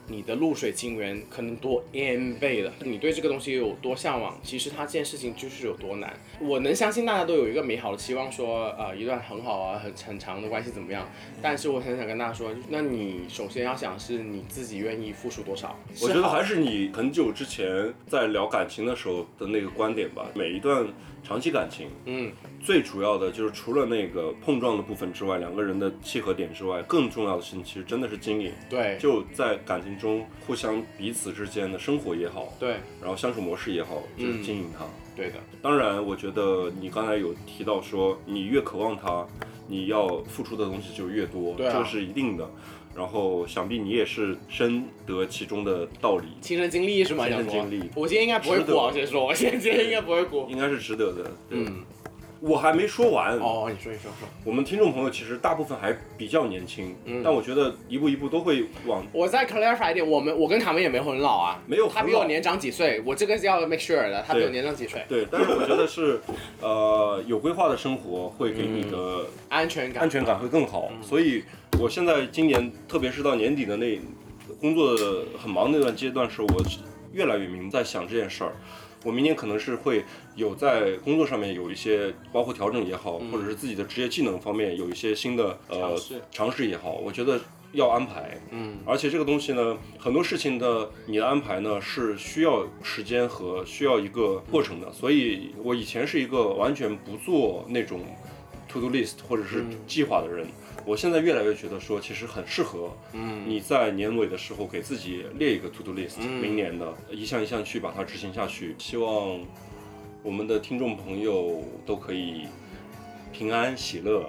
你的露水情缘可能多 n 倍的，你对这个东西有多向往，其实它这件事情就是有多难。我能相信大家都有一个美好的期望说，呃，一段很好啊、很很长的关系怎么样？但是我很想跟大家说，那你首先要想是你自己愿意付出多少。 我觉得还是你很久之前在聊感情的时候的那个观点吧。每一段长期感情， 嗯， 最主要的就是除了那个碰撞的部分之外，两个人的契合点之外，更重要的事情其实真的是经营。 对， 就在感情中互相彼此之间的生活也好， 对， 然后相处模式也好，就是经营它。 嗯、对的。 当然，我觉得你刚才有提到说，你越渴望它，你要付出的东西就越多， 对啊、 这个是一定的。然后想必你也是深得其中的道理， 亲身经历是吗？ 亲身经历。 我今天应该不会哭啊，先说，我今天应该不会哭， 应该是值得的。 嗯， 我还没说完哦，你说，你说，说。 我们听众朋友其实大部分还比较年轻，嗯，但我觉得一步一步都会往。 我再 clarify 一点，我们我跟卡门也没有很老啊， 没有很老， 他比我年长几岁，我这个是要 make sure 的，他比我年长几岁。 对，但是我觉得是，呃，有规划的生活会给你的、 嗯、安全感， 安全感会更好， 嗯、 所以。我现在今年，特别是到年底的那工作的很忙那段阶段时候，我越来越明白在想这件事儿。我明年可能是会有在工作上面有一些，包括调整也好， 嗯、 或者是自己的职业技能方面有一些新的呃尝试也好，我觉得要安排。 嗯， 而且这个东西呢，很多事情的你的安排呢是需要时间和需要一个过程的。所以我以前是一个完全不做那种 to do list 或者是计划的人。嗯，我现在越来越觉得说，其实很适合，嗯，你在年尾的时候给自己列一个 to do list，、嗯、明年的一项一项去把它执行下去。希望我们的听众朋友都可以平安喜乐。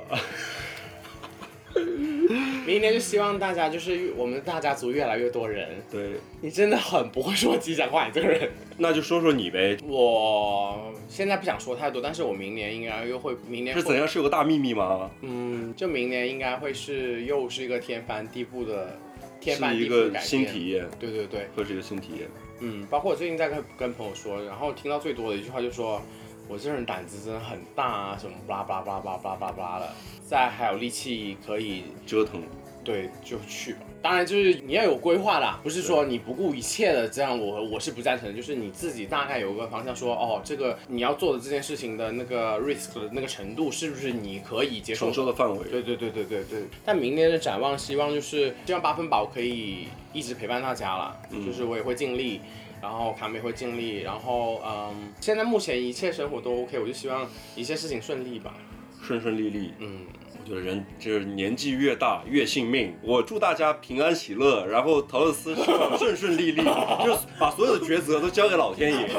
明年就希望大家就是我们大家族越来越多人。 对， 你真的很不会说吉祥话，你这个人。 那就说说你呗。 我现在不想说太多，但是我明年应该又会，明年是怎样？是有个大秘密吗？ 嗯，就明年应该会是又是一个天翻地覆的天翻地覆的改变， 是一个新体验。 对对对， 会是一个新体验。 嗯，包括我最近在跟跟朋友说，然后听到最多的一句话就说，我这人胆子真的很大啊，什么巴拉巴拉巴拉巴拉巴拉巴拉巴拉的，再还有力气可以折腾。 对，就去吧。当然，就是你要有规划啦，不是说你不顾一切的这样我，我我是不赞成的。就是你自己大概有个方向说，哦，这个你要做的这件事情的那个 risk 的那个程度，是不是你可以接受承受的范围？ 对对对对对对。但明年的展望，希望就是希望八分饱可以一直陪伴大家啦，嗯、就是我也会尽力。然后卡梅会尽力，然后嗯，现在目前一切生活都 OK， 我就希望一切事情顺利吧， 顺顺利利。 嗯， 我觉得人就是年纪越大越信命。我祝大家平安喜乐，然后陶乐斯顺顺利利，就是把所有的抉择都交给老天爷。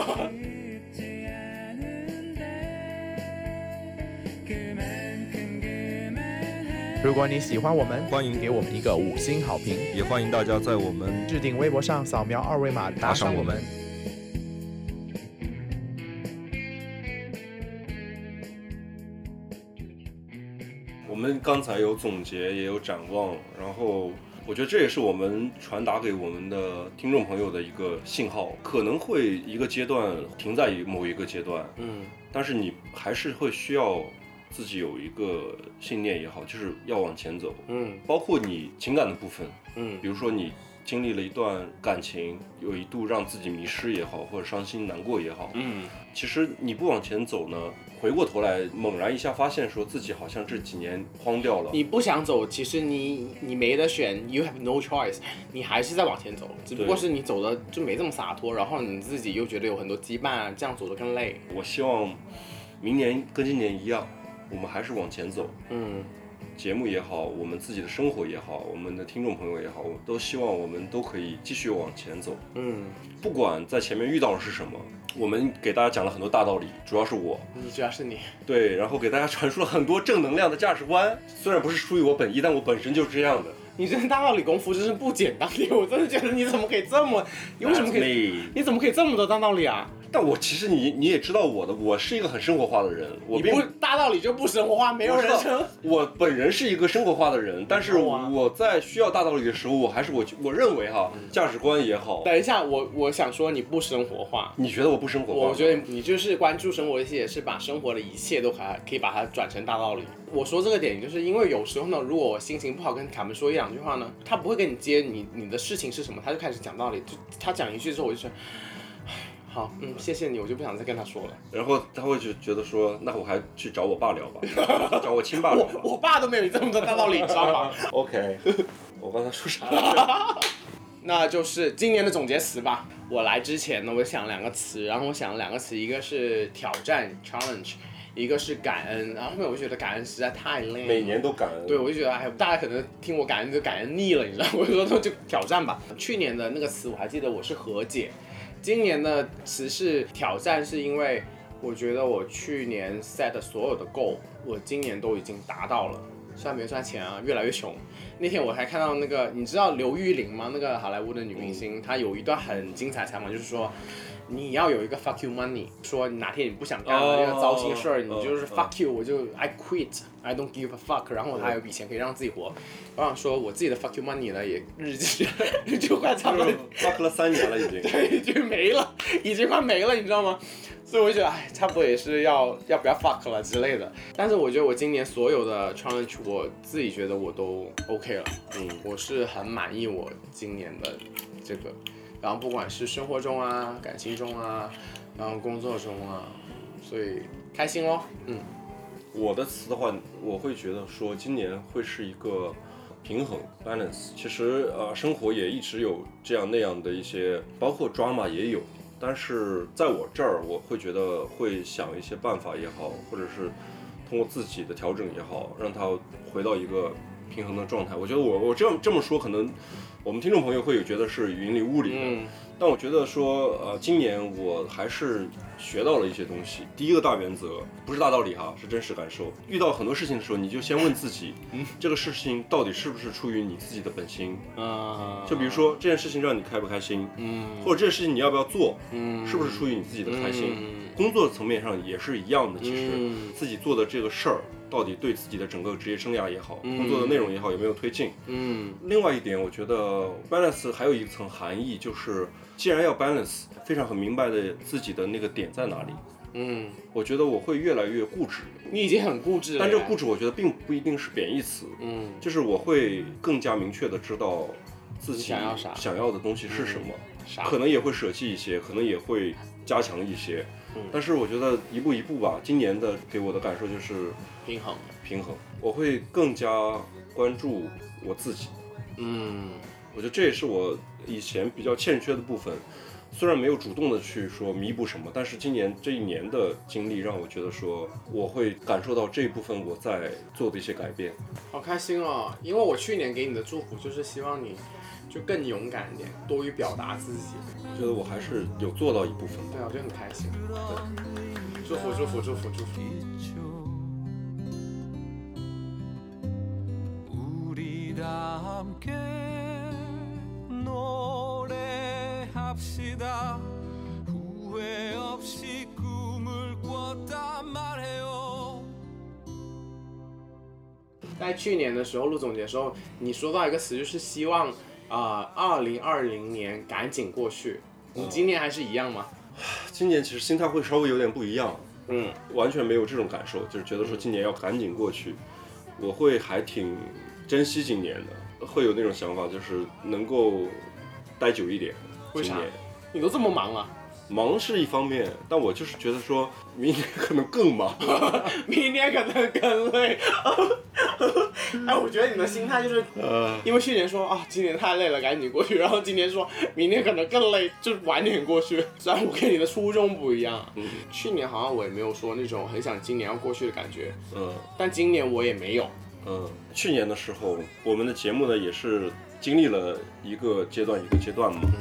如果你喜欢我们，欢迎给我们一个五星好评， 也欢迎大家在我们置顶微博上扫描二维码打赏我们。 我们刚才有总结，也有展望，然后我觉得这也是我们传达给我们的听众朋友的一个信号，可能会一个阶段停在某一个阶段， 嗯， 但是你还是会需要自己有一个信念也好，就是要往前走， 嗯， 包括你情感的部分， 嗯， 比如说你经历了一段感情，有一度让自己迷失也好，或者伤心难过也好， 嗯， 其实你不往前走呢，回过头来猛然一下发现说自己好像这几年荒掉了。 你不想走，其实你你没得选 ，you have no choice， 你还是在往前走，只不过是你走的就没这么洒脱，然后你自己又觉得有很多羁绊，这样走得更累。 我希望明年跟今年一样，我们还是往前走。 嗯。 节目也好，我们自己的生活也好，我们的听众朋友也好，我都希望我们都可以继续往前走。 嗯， 不管在前面遇到的是什么，我们给大家讲了很多大道理，主要是我， 你主要是你， 对，然后给大家传输了很多正能量的价值观。虽然不是出于我本意，但我本身就是这样的。 你这大道理功夫真是不简单的，我真的觉得你怎么可以这么，你为什么可以？你怎么可以这么多大道理啊？ 但我其实你你也知道我的，我是一个很生活化的人。我并不大道理就不生活化，没有人生。 我本人是一个生活化的人，但是我在需要大道理的时候，我还是我我认为哈，价值观也好。 等一下，我我想说你不生活化， 你觉得我不生活化？ 我觉得你就是关注生活一些，也是把生活的一切都还可以把它转成大道理。我说这个点，就是因为有时候呢，如果我心情不好跟卡门说一两句话呢，他不会跟你接你你的事情是什么，他就开始讲道理。就他讲一句之后，我就说。好，嗯，谢谢你，我就不想再跟他说了。 然后他会就觉得说，那我还去找我爸聊吧，找我亲爸聊吧。 我我爸都没有你这么多大道理，你知道吗 ？OK， 我刚才说啥了？ 那就是今年的总结词吧。我来之前呢，我想两个词，然后我想两个词，一个是挑战 challenge， 一个是感恩。然后后面我就觉得感恩实在太累了， 每年都感恩。 对，我就觉得哎，大家可能听我感恩就感恩腻了，你知道吗？我就说那就挑战吧。去年的那个词我还记得，我是和解。今年的词是挑战，是因为我觉得我去年 set 的所有的 goal， 我今年都已经达到了。虽然没赚钱啊，越来越穷。那天我还看到那个，你知道刘玉玲吗？那个好莱坞的女明星，她有一段很精彩采访，就是说你要有一个 fuck you money， 说哪天你不想干了这个糟心事儿，你就是 fuck you， 我就 I quit，I don't give a fuck， 然后我还有笔钱可以让自己活。我想说我自己的 fuck you money 呢，也日积就快差不多 fuck 了三年了已经， 对，就没了，已经快没了，你知道吗？所以我就觉得，哎，差不多也是要要不要 fuck 了之类的。但是我觉得我今年所有的 challenge， 我自己觉得我都 OK 了，嗯，我是很满意我今年的这个。然后不管是生活中啊、感情中啊，然后工作中啊，所以开心咯。嗯， 我的词的话，我会觉得说今年会是一个平衡 balance。其实呃，生活也一直有这样那样的一些，包括 drama 也有。但是在我这儿，我会觉得会想一些办法也好，或者是通过自己的调整也好，让它回到一个平衡的状态。我觉得我我这样这么说，可能我们听众朋友会有觉得是云里雾里的，嗯、但我觉得说，呃，今年我还是学到了一些东西。第一个大原则不是大道理哈，是真实感受。遇到很多事情的时候，你就先问自己，嗯、这个事情到底是不是出于你自己的本心啊？就比如说这件事情让你开不开心，嗯，或者这件事情你要不要做，嗯，是不是出于你自己的开心？嗯、工作层面上也是一样的，其实、嗯、自己做的这个事儿。到底对自己的整个职业生涯也好，工作的内容也好，有没有推进？嗯，另外一点，我觉得 balance 还有一层含义，就是既然要 balance， 非常很明白的自己的那个点在哪里。嗯，我觉得我会越来越固执。 你已经很固执了， 但这个固执，我觉得并不一定是贬义词。嗯，就是我会更加明确的知道自己想要啥， 想要的东西是什么， 啥可能也会舍弃一些，可能也会加强一些。但是我觉得一步一步吧，今年的给我的感受就是平衡， 平衡。我会更加关注我自己。嗯，我觉得这也是我以前比较欠缺的部分。虽然没有主动的去说弥补什么，但是今年这一年的经历让我觉得说，我会感受到这一部分我在做的一些改变。 好开心哦！因为我去年给你的祝福就是希望你就更勇敢一点，多于表达自己。 觉得我还是有做到一部分。 对啊，我就很开心。对，祝福祝福祝福祝福。在去年的时候录总结的时候，你说到一个词，就是希望啊，二零二零年赶紧过去。你今年还是一样吗？ 今年其实心态会稍微有点不一样，嗯，完全没有这种感受，就是觉得说今年要赶紧过去，我会还挺珍惜今年的，会有那种想法，就是能够待久一点。 为啥？你都这么忙了？ 忙是一方面，但我就是觉得说明年可能更忙， 明年可能更累。哎，我觉得你的心态就是，呃，因为去年说啊，今年太累了，赶紧过去，然后今年说明年可能更累，就晚点过去。虽然我跟你的初衷不一样，嗯，去年好像我也没有说那种很想今年要过去的感觉，嗯，但今年我也没有， 嗯，去年的时候，我们的节目呢也是经历了一个阶段一个阶段嘛，嗯。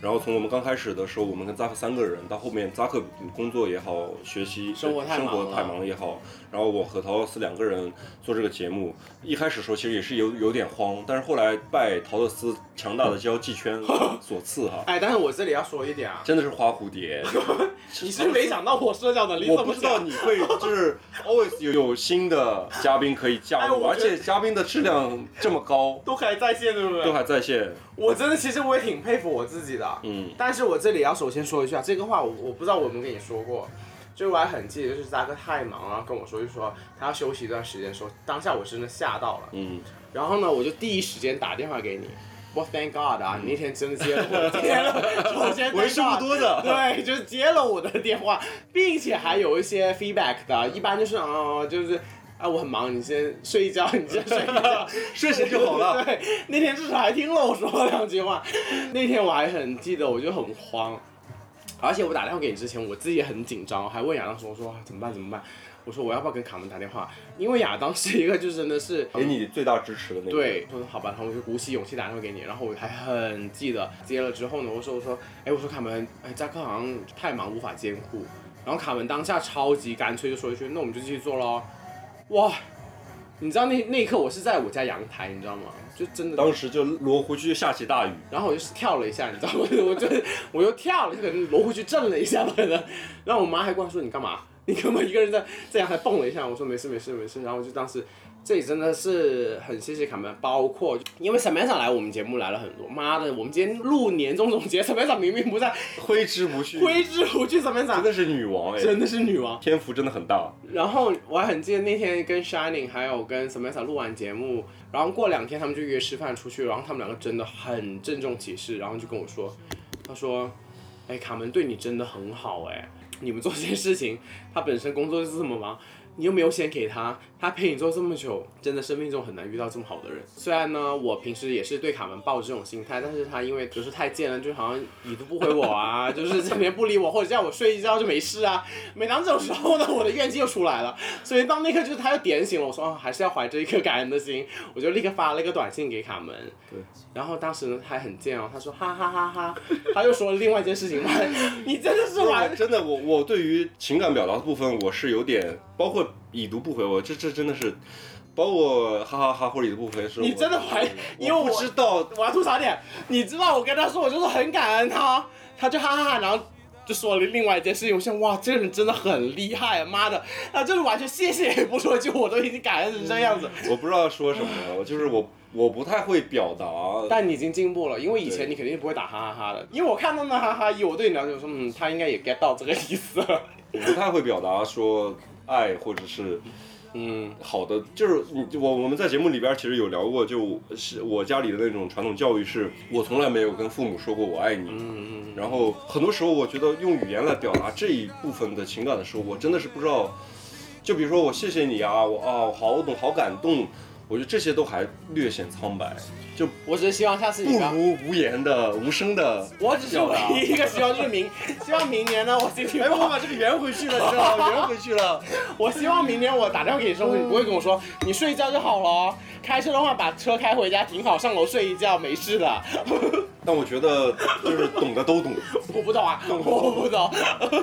然后从我们刚开始的时候，我们跟扎克三个人，到后面扎克工作也好，学习生活太忙了， 生活太忙也好，然后我和陶乐斯两个人做这个节目，一开始的时候其实也是有有点慌，但是后来拜陶乐斯强大的交际圈所赐哈。 哎，但是我这里要说一点啊， 真的是花蝴蝶。 你是没想到我社交能力这么强， 我不知道你会就是 always 有有新的嘉宾可以加入，哎、而且嘉宾的质量这么高， 都还在线，对不对？ 都还在线。 我真的其实我也挺佩服我自己的，嗯。但是我这里要首先说一下，这个话我我不知道我有没有跟你说过，就是我还很记得，就是扎克太忙了，跟我说就说他要休息一段时间的时候，当下我真的吓到了，嗯。然后呢，我就第一时间打电话给你。我 thank God 啊！你那天真的接了我的接了，首先为数不多的， 对，就是接了我的电话，并且还有一些 feedback 的，一般就是啊、呃，就是啊，我很忙，你先睡一觉，你先睡一觉， 睡醒就好了。 对，那天至少还听了我说两句话，那天我还很记得，我就很慌，而且我打电话给你之前，我自己也很紧张，还问亚当说，我说怎么办怎么办？我说我要不要跟卡门打电话？因为亚当是一个就真的是给你最大支持的那个。 对，我说好吧，然后我就鼓起勇气打电话给你，然后我还很记得接了之后呢，我说我说，哎，我说卡门，哎，扎克好像太忙无法兼顾，然后卡门当下超级干脆就说一句，那我们就继续做咯。哇，你知道那那一刻我是在我家阳台，你知道吗？就真的当时就罗湖区就下起大雨， 然后我就跳了一下，你知道吗？我就我又跳了，就可能罗湖区震了一下可能，然后我妈还过来说你干嘛？你根本一个人在在阳台蹦了一下，我说没事没事没事，然后我就当时这里真的是很谢谢卡门，包括因为Samantha来我们节目来了很多，妈的，我们今天录年终总结，Samantha明明不在， 挥之不去， 挥之不去，Samantha 真的是女王哎， 真的是女王， 天赋真的很大。 然后我还很记得那天跟 Shining 还有跟 Samantha 录完节目，然后过两天他们就约吃饭出去，然后他们两个真的很郑重其事，然后就跟我说，他说，哎，卡门对你真的很好哎。你们做这件事情，他本身工作就是这么忙，你又没有先给他，他陪你做这么久，真的生命中很难遇到这么好的人。虽然呢，我平时也是对卡门抱着这种心态，但是他因为就是太贱了，就好像已读不回我啊，就是整天不理我，或者叫我睡一觉就没事啊。每当这种时候呢，我的怨气又出来了。所以当那刻就是他又点醒了我说，哦，还是要怀着一颗感恩的心，我就立刻发了一个短信给卡门。 对。 然后当时呢，他还很贱哦，他说哈哈哈哈，他又说了另外一件事情，你真的是玩， 真的我我对于情感表达的部分我是有点，包括已读不回我，这这真的是，包括哈哈哈或者已读不回是。 你真的怀，因为我不知道， 我要吐槽点，你知道我跟他说，我就是很感恩他，他就哈哈哈，然后就说了另外一件事情，我想哇，这个人真的很厉害，妈的，他就是完全谢谢也不说一句，我都已经感恩成这样子。 我不知道说什么，就是我。我不太会表达， 但你已经进步了，因为以前你肯定不会打哈哈哈的，因为我看到那哈哈一，我对你了解，我说嗯，他应该也 get 到这个意思了。 我不太会表达说爱或者是，嗯，好的，就是我我们在节目里边其实有聊过，就是我家里的那种传统教育是，我从来没有跟父母说过我爱你，嗯嗯，然后很多时候我觉得用语言来表达这一部分的情感的时候，我真的是不知道，就比如说我谢谢你啊，我啊好懂好感动。我觉得这些都还略显苍白，就我只是希望下次你不如无言的、无声的。 我只是唯一一个希望就是明，希望明年呢，我心情。 哎，我把这个圆回去了，你知道吗？圆回去了。 我希望明年我打电话给你的时候，你不会跟我说你睡一觉就好了，开车的话把车开回家停好，上楼睡一觉没事的。 但我觉得就是懂的都懂。 我不懂啊，我不懂。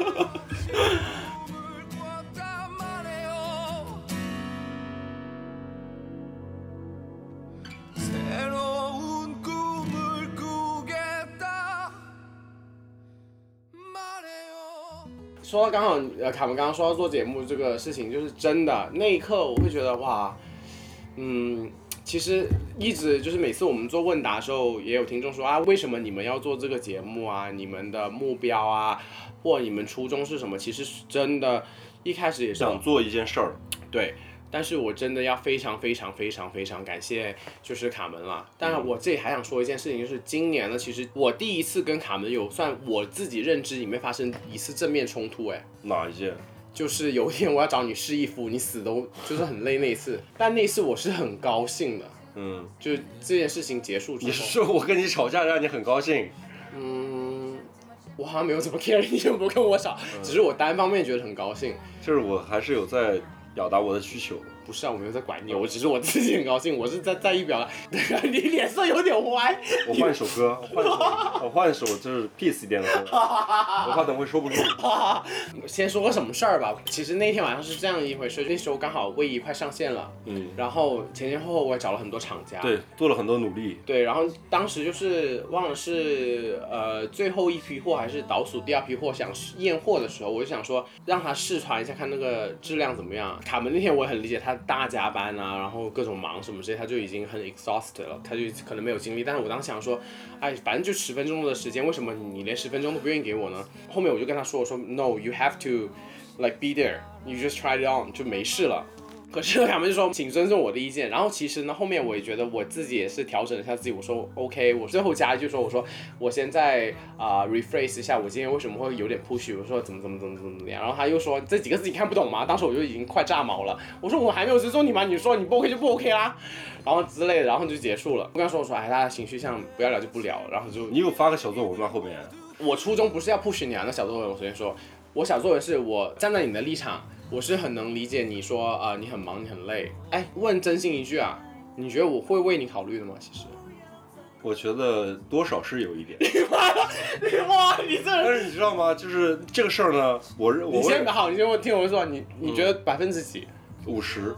说到刚好，呃，卡门刚刚说到做节目这个事情，就是真的那一刻我会觉得哇，嗯，其实一直就是每次我们做问答的时候，也有听众说啊，为什么你们要做这个节目啊？你们的目标啊，或你们初衷是什么？其实真的，一开始也是想做一件事儿， 对。但是我真的要非常非常非常非常感谢就是卡门了。当然我这里还想说一件事情，就是今年呢，其实我第一次跟卡门有算我自己认知里面发生一次正面冲突。哎， 哪一件？ 就是有一天我要找你试衣服，你死都就是很累那一次。但那次我是很高兴的，嗯，就是这件事情结束之后。 你是说我跟你吵架让你很高兴？ 嗯，我好像没有怎么 care 你有没有跟我吵，嗯、只是我单方面觉得很高兴。 就是我还是有在表达我的需求， 不是啊，我没有在管你，我只是我自己很高兴，我是在在意表达。你脸色有点歪。 我换一首歌，换一首，我换一首就是 peace 一点的歌，我怕等会收不住。 先说个什么事儿吧，其实那天晚上是这样一回事，那时候刚好卫衣快上线了，嗯，然后前前后后我也找了很多厂家， 对，做了很多努力， 对，然后当时就是忘了是呃最后一批货还是倒数第二批货想验货的时候，我就想说让他试传一下看那个质量怎么样。卡门那天我也很理解他大加班啊，然后各种忙什么之类，他就已经很 exhausted 了，他就可能没有精力。但是我当时想说，哎，反正就十分钟的时间，为什么你连十分钟都不愿意给我呢？后面我就跟他说，我说 No, you have to like be there, you just try it on， 就没事了。可是他们就说请尊重我的意见，然后其实呢后面我也觉得我自己也是调整了一下自己，我说 OK， 我最后加一句说我说我现在啊、呃、rephrase 一下我今天为什么会有点 push， 我说怎么怎么怎么怎么怎么样，然后他又说这几个字你看不懂吗？当时我就已经快炸毛了，我说我还没有尊重你吗？你说你不 OK 就不 OK 啦，然后之类的，然后就结束了。我跟他说我说哎大家情绪上不要聊就不聊，然后就你有发个小作文吗？后面我初衷不是要 push 你啊，那小作文我首先说我小作文是我站在你的立场。我是很能理解你说啊、呃，你很忙，你很累。哎，问真心一句啊，你觉得我会为你考虑的吗？其实， 我觉得多少是有一点。 哇，你这…… 但是你知道吗？就是这个事儿呢，我我你先好，你先问听我说，你你觉得百分之几？ 五十。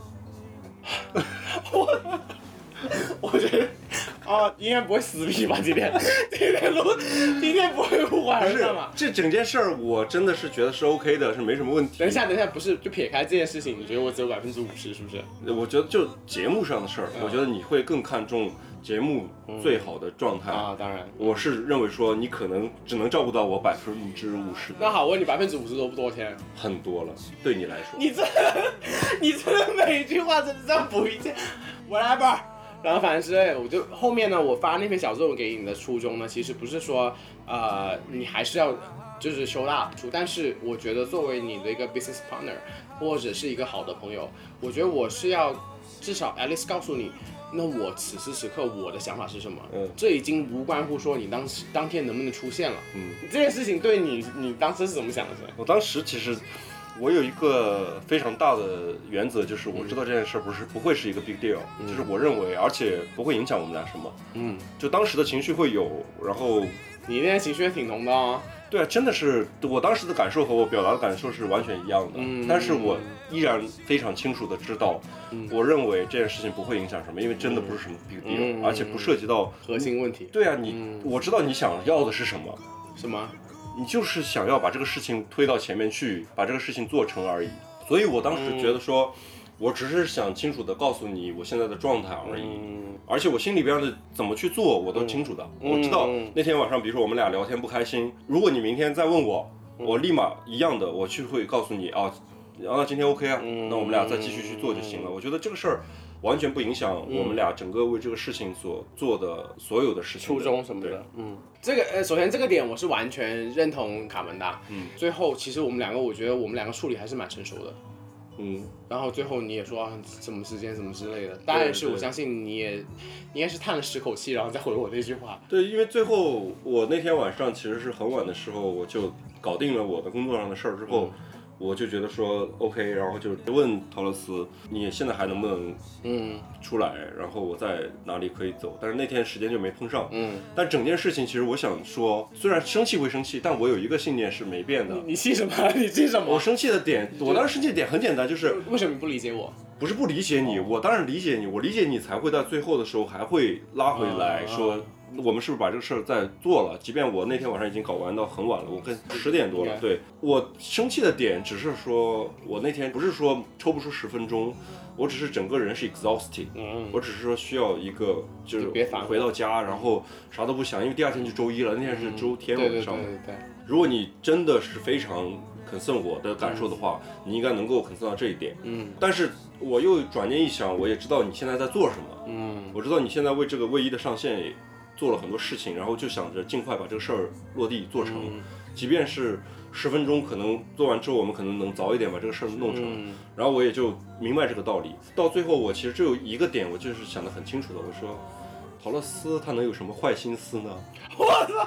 我我觉得啊，应该不会撕逼吧？今天今天录，今天不会不还上嘛？ 这整件事儿我真的是觉得是 OK 的，是没什么问题。 等一下，等一下，不是就撇开这件事情，你觉得我只有百分之五十，是不是？ 我觉得就节目上的事儿、嗯，我觉得你会更看重节目最好的状态、 嗯、啊。当然， 我是认为说你可能只能照顾到我百分之五十。 那好，我问你百分之五十多不多钱？ 很多了，对你来说。 你这，你这每一句话真的这样补一件 ，whatever。然后反正之类的，我就后面呢，我发那篇小作文给你的初衷呢，其实不是说，呃，你还是要就是show up出，但是我觉得作为你的一个 business partner 或者是一个好的朋友，我觉得我是要至少 at least 告诉你，那我此时此刻我的想法是什么，嗯，这已经无关乎说你当时当天能不能出现了，嗯，这件事情对你你当时是怎么想的？ 我当时其实。我有一个非常大的原则，就是我知道这件事不是不会是一个 big deal，、嗯、就是我认为，而且不会影响我们俩什么。嗯，就当时的情绪会有，然后你那天情绪也挺浓的哦。 对啊，真的是我当时的感受和我表达的感受是完全一样的。嗯，但是我依然非常清楚的知道，嗯、我认为这件事情不会影响什么，因为真的不是什么 big deal，、嗯、而且不涉及到核心问题。 对啊，你、嗯、我知道你想要的是什么。 什么？ 你就是想要把这个事情推到前面去，把这个事情做成而已。所以我当时觉得说，嗯、我只是想清楚的告诉你我现在的状态而已。嗯、而且我心里边的怎么去做，我都清楚的。嗯、我知道那天晚上，比如说我们俩聊天不开心，如果你明天再问我，嗯、我立马一样的，我去会告诉你啊，那今天 OK 啊，嗯、那我们俩再继续去做就行了。我觉得这个事儿。完全不影响我们俩整个为这个事情所做的所有的事情初衷什么的。嗯，这个呃，首先这个点我是完全认同卡门的。嗯，最后其实我们两个，我觉得我们两个处理还是蛮成熟的。嗯，然后最后你也说啊，什么时间什么之类的，当然是我相信你也你应该是叹了十口气，然后再回我那句话。 对，因为最后我那天晚上其实是很晚的时候，我就搞定了我的工作上的事儿之后。嗯我就觉得说 OK， 然后就问陶乐斯，你现在还能不能嗯出来？然后我在哪里可以走？但是那天时间就没碰上。嗯，但整件事情其实我想说，虽然生气归生气，但我有一个信念是没变的。 你, 你气什么？你气什么？ 我生气的点，我当时生气的点很简单，就是为什么你不理解我？ 不是不理解你，我当然理解你，我理解你才会在最后的时候还会拉回来说。啊我们是不是把这个事儿再做了？即便我那天晚上已经搞完到很晚了，我跟十点多了。对，我生气的点只是说，我那天不是说抽不出十分钟，我只是整个人是 exhausted，、嗯、我只是说需要一个就是回到家，然后啥都不想，因为第二天就周一了，那天是周天晚上。 对对对对。 如果你真的是非常 concern 我的感受的话，嗯、你应该能够 concern 到这一点。嗯。但是我又转念一想，我也知道你现在在做什么。嗯。我知道你现在为这个卫衣的上线也做了很多事情，然后就想着尽快把这个事儿落地做成，嗯、即便是十分钟，可能做完之后我们可能能早一点把这个事儿弄成。嗯、然后我也就明白这个道理。到最后我其实只有一个点，我就是想得很清楚的，我说陶乐斯他能有什么坏心思呢？ 我操！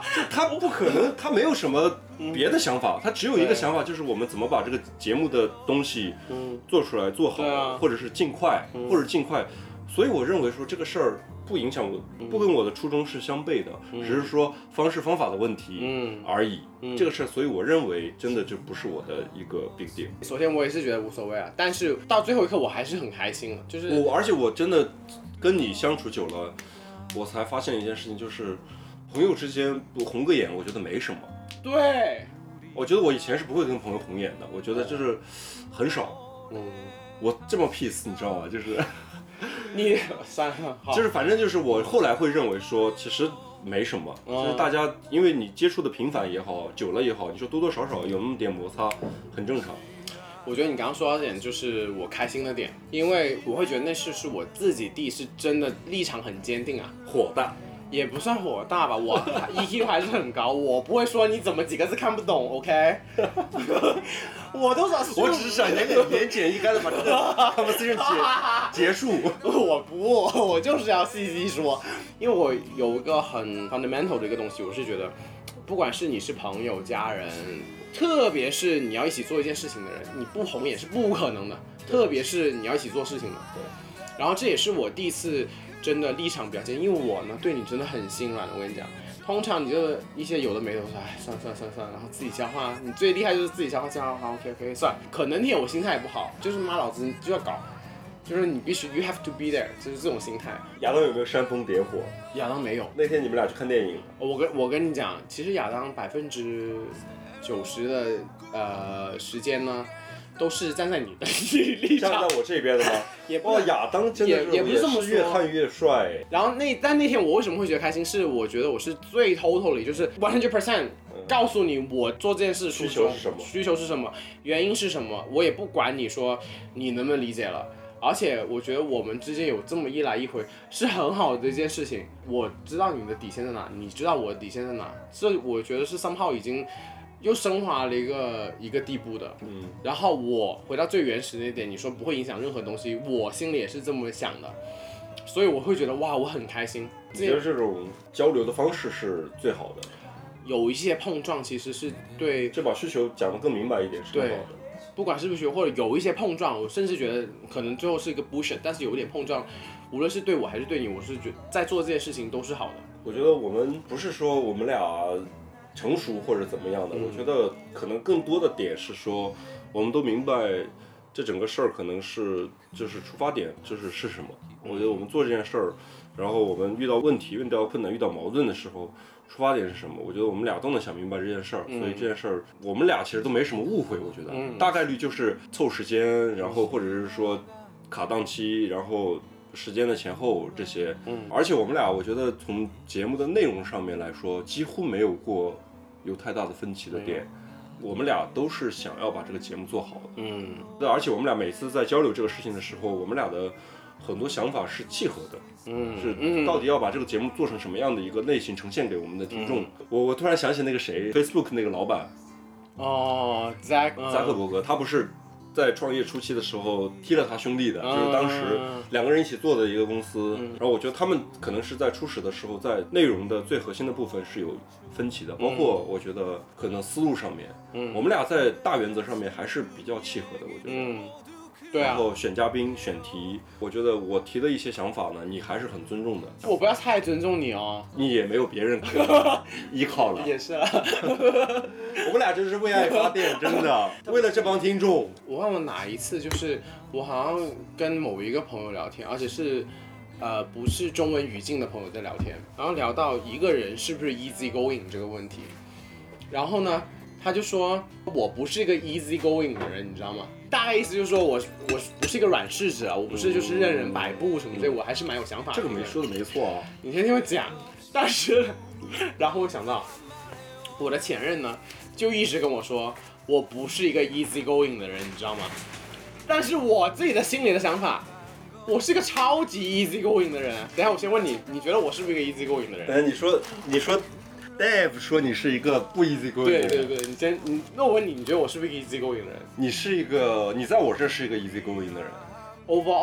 他不可能，他没有什么别的想法，他只有一个想法，就是我们怎么把这个节目的东西做出来做好， 啊、 或者是尽快， 嗯、 或者尽快。所以我认为说这个事儿不影响我，不跟我的初衷是相悖的， 嗯、 只是说方式方法的问题而已。 嗯、 这个事儿，所以我认为真的就不是我的一个 big deal。 首先我也是觉得无所谓啊，但是到最后一刻我还是很开心的，就是我，而且我真的跟你相处久了，我才发现一件事情，就是朋友之间红个眼，我觉得没什么。 对， 我觉得我以前是不会跟朋友红眼的，我觉得就是很少。 嗯， 我这么 peace， 你知道吗？就是。 你算了， 就是反正就是我后来会认为说，其实没什么， 嗯、 就是大家因为你接触的频繁也好，久了也好，你说多多少少有那么点摩擦，很正常。 我觉得你刚刚说到的点就是我开心的点，因为我会觉得那是是我自己弟是真的立场很坚定啊， 火大。 也不算火大吧，我 E Q 还是很高，我不会说你怎么几个字看不懂 ，OK？ 我都想， 我只是想言简言简意赅的把这个 conversation 结结束。 我不，我就是要细细说，因为我有一个很 fundamental 的一个东西，我是觉得，不管是你是朋友、家人，特别是你要一起做一件事情的人，你不红也是不可能的，特别是你要一起做事情的。对。然后这也是我第一次。真的立场表现，因为我呢对你真的很心软的，我跟你讲，通常你就一些有的没的，我说哎算算算算，然后自己消化，你最厉害就是自己消化消化，好 OK OK 算，可能那天我心态也不好，就是妈老子就要搞，就是你必须 you have to be there， 就是这种心态。 亚当有没有煽风点火？ 亚当没有。 那天你们俩去看电影， 我跟我跟你讲，其实亚当百分之九十的呃时间呢。都是站在你的立场， 站在我这边的吗？ 也不哦，亚当真的是也也不是这么说， 越看越帅。 然后那但那天我为什么会觉得开心？是我觉得我是最 totally 就是 one hundred percent 告诉你我做这件事需求是什么， 需求是什么，原因是什么，我也不管你说你能不能理解了。而且我觉得我们之间有这么一来一回是很好的一件事情。我知道你的底线在哪，你知道我的底线在哪，这我觉得是 somehow 已经。又升华了一个一个地步的， 嗯， 然后我回到最原始的一点，你说不会影响任何东西，我心里也是这么想的，所以我会觉得哇，我很开心。 你觉得这种交流的方式是最好的？ 有一些碰撞其实是对， 这把需求讲得更明白一点是更好的。 不管是不是需求，或者有一些碰撞，我甚至觉得可能最后是一个 bullshit， 但是有一点碰撞，无论是对我还是对你，我是觉得在做这件事情都是好的。 我觉得我们不是说我们俩成熟或者怎么样的、嗯，我觉得可能更多的点是说，我们都明白这整个事儿可能是就是出发点就是是什么。我觉得我们做这件事儿，然后我们遇到问题、遇到困难、遇到矛盾的时候，出发点是什么？我觉得我们俩都能想明白这件事儿、嗯，所以这件事儿我们俩其实都没什么误会。我觉得、嗯、大概率就是凑时间，然后或者是说卡档期，然后。时间的前后这些， 嗯， 而且我们俩我觉得从节目的内容上面来说，几乎没有过有太大的分歧的点。嗯、我们俩都是想要把这个节目做好的， 嗯， 对，而且我们俩每次在交流这个事情的时候，我们俩的很多想法是契合的， 嗯， 是到底要把这个节目做成什么样的一个类型呈现给我们的听众。嗯、我我突然想起那个谁 ，Facebook 那个老板， 哦，扎扎克伯格，他不是。在创业初期的时候踢了他兄弟的，就是当时两个人一起做的一个公司，然后我觉得他们可能是在初始的时候在内容的最核心的部分是有分歧的，包括我觉得可能思路上面，我们俩在大原则上面还是比较契合的，我觉得。 对啊， 然后选嘉宾、选题，我觉得我提的一些想法呢，你还是很尊重的。 我不要太尊重你哦， 你也没有别人可以依靠了。 也是啊， 我们俩就是为爱发电，真的，为了这帮听众。 我忘了哪一次，就是我好像跟某一个朋友聊天，而且是呃不是中文语境的朋友在聊天，然后聊到一个人是不是 easy going 这个问题，然后呢，他就说我不是一个 easy going 的人，你知道吗？大概意思就是说我我不是一个软柿子啊，我不是就是任人摆布什么的，我还是蛮有想法的。 这个没说的没错啊， 你先听我讲。但是，然后我想到我的前任呢，就一直跟我说我不是一个 easy going 的人，你知道吗？但是我自己的心里的想法，我是一个超级 easy going 的人。等一下我先问你，你觉得我是不是一个 easy going 的人？ 等一下你说你说。Dave 说你是一个不 easy going 的人。 对对对，你先你那我问你，你觉得我是不是一个 easy going 的人？ 你是一个，你在我这是一个 easy going 的人。 Overall，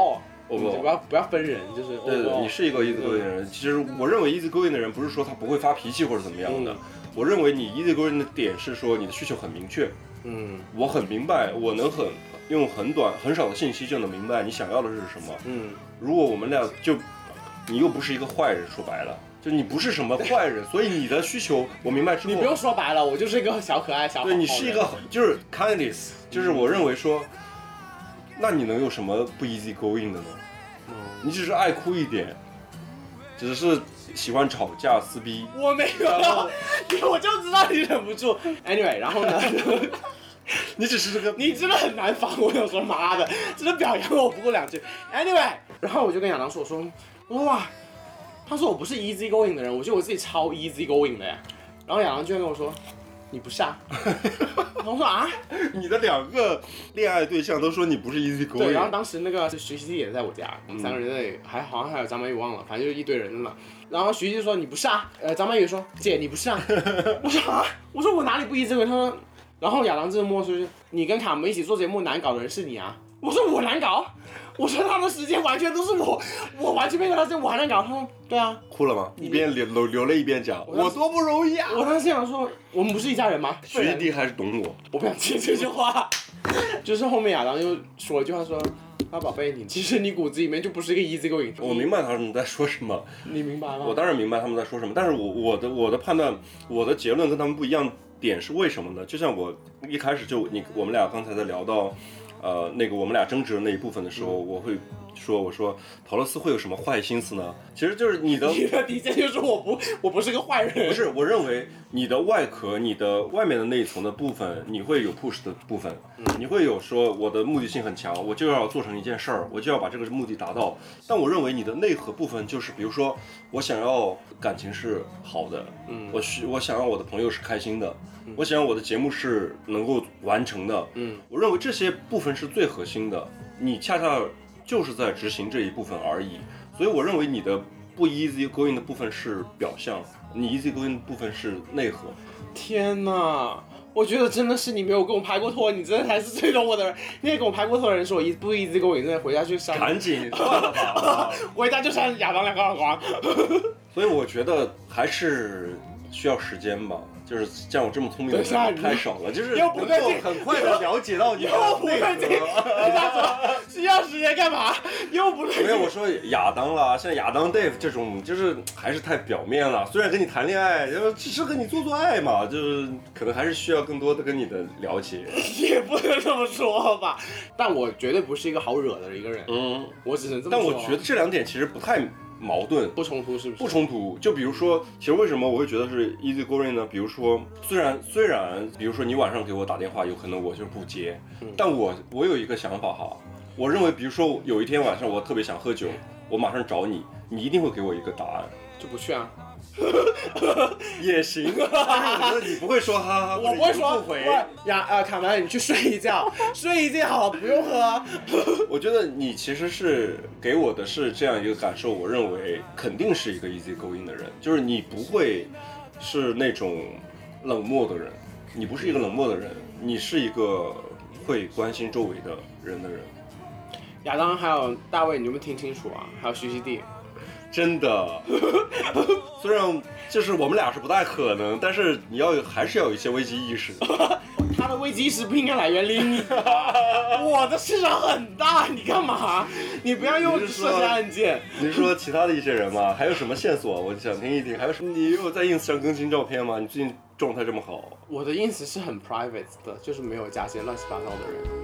我们不要不要分人，就是对对，你是一个 easygoing 的人。其实我认为 easygoing 的人不是说他不会发脾气或者怎么样的，嗯、我认为你 easygoing 的点是说你的需求很明确。嗯，我很明白，我能很用很短很少的信息就能明白你想要的是什么。嗯，如果我们俩就，你又不是一个坏人，说白了。就你不是什么坏人，所以你的需求我明白之后， 你不用说白了，我就是一个小可爱小好好人。 对，你是一个就是 kindness， 就是我认为说，那你能有什么不 easy going 的呢？嗯，你只是爱哭一点，只是喜欢吵架撕逼。 我没有，我就知道你忍不住。Anyway， 然后呢？ 你只是这个， 你真的很难防。我有说妈的，真的表扬我不过两句。Anyway， 然后我就跟亚当说，我说，哇。他说我不是 easy going 的人，我觉得我自己超 easy going 的呀。然后亚当居然跟我说，你不是啊？然后我说啊， 你的两个恋爱对象都说你不是 easy going。 对，然后当时那个徐熙娣也在我家，我们三个人在那里，还好像还有张曼玉忘了，反正就是一堆人嘛。然后徐熙娣说你不是啊，呃，张曼玉说姐你不是啊。我说啊，我说我哪里不 easy going？ 他说，然后亚当这么说就是你跟卡门一起做节目难搞的人是你啊。我说我难搞。我说他的时间完全都是我，我完全没有他时间，我还能搞。他说对啊， 哭了吗？一边流流流泪一边讲，我多不容易啊！ 我当时想说，我们不是一家人吗？ 徐熙娣还是懂我， 我不想接这句话。就是后面亚当又说了一句话说，啊宝贝你其实你骨子里面就不是一个 easy going。 我明白他们在说什么， 你明白吗？ 我当然明白他们在说什么，但是我我的我的判断，我的结论跟他们不一样点是为什么呢？就像我一开始就你我们俩刚才在聊到。呃，那个我们俩争执的那一部分的时候，嗯、我会说，我说陶乐斯会有什么坏心思呢？其实就是你的， 你的底线就是我不，我不是个坏人。 不是，我认为你的外壳，你的外面的那一层的部分，你会有 push 的部分，嗯、你会有说我的目的性很强，我就要做成一件事儿，我就要把这个目的达到。但我认为你的内核部分就是，比如说我想要感情是好的，嗯，我需我想要我的朋友是开心的。我想我的节目是能够完成的，嗯，我认为这些部分是最核心的，你恰恰就是在执行这一部分而已，所以我认为你的不 easy going 的部分是表象，你 easy going 的部分是内核。 天哪，我觉得真的是你没有跟我拍过拖，你真的才是最懂我的人。那个跟我拍过拖的人说我不 easy going， 真的回家去扇， 赶紧算了吧， 回家就扇亚当两个耳光。 所以我觉得还是需要时间吧。就是像我这么聪明的人太少了，就是又不对劲， 很快的了解到你的内核。 人家说需要时间干嘛？又不对劲。 没有，我说亚当啦，像亚当 Dave 这种，就是还是太表面了。虽然跟你谈恋爱，然后只是跟你做做爱嘛，就是可能还是需要更多的跟你的了解。 也不能这么说吧，但我绝对不是一个好惹的一个人。嗯，我只能这么说。 但我觉得这两点其实不太。矛盾不冲突是不是？ 不冲突。就比如说，其实为什么我会觉得是 easy going 呢？比如说，虽然虽然，比如说你晚上给我打电话，有可能我就不接，嗯、但我我有一个想法哈，我认为，比如说有一天晚上我特别想喝酒，我马上找你，你一定会给我一个答案。 就不去啊。 也行，但是我觉得你不会说哈哈， 我不会说不回呀呃，卡门，你去睡一觉，睡一觉不用喝。 我觉得你其实是给我的是这样一个感受，我认为肯定是一个 easy going 的人，就是你不会是那种冷漠的人，你不是一个冷漠的人，你是一个会关心周围的人的人。 亚当还有大卫，你有没有听清楚啊？还有徐熙娣。 真的，虽然就是我们俩是不太可能，但是你要有还是要有一些危机意识。 他的危机意识不应该来源于你，我的市场很大，你干嘛？你不要用射击按键。 你是说其他的一些人吗？还有什么线索？我想听一听。还有什么？你有在 ins 上更新照片吗？你最近状态这么好？ 我的 ins 是很 private 的，就是没有加些乱七八糟的人。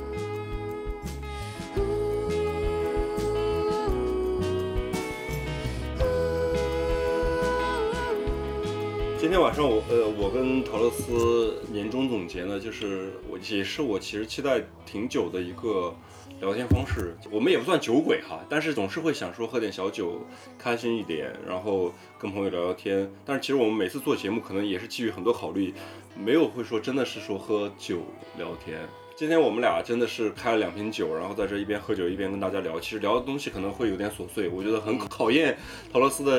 今天晚上我呃，我跟陶乐斯年终总结呢，就是我也是我其实期待挺久的一个聊天方式。我们也不算酒鬼哈，但是总是会想说喝点小酒，开心一点，然后跟朋友聊聊天。但是其实我们每次做节目可能也是基于很多考虑，没有会说真的是说喝酒聊天。今天我们俩真的是开了两瓶酒，然后在这一边喝酒一边跟大家聊，其实聊的东西可能会有点琐碎，我觉得很考验陶乐斯的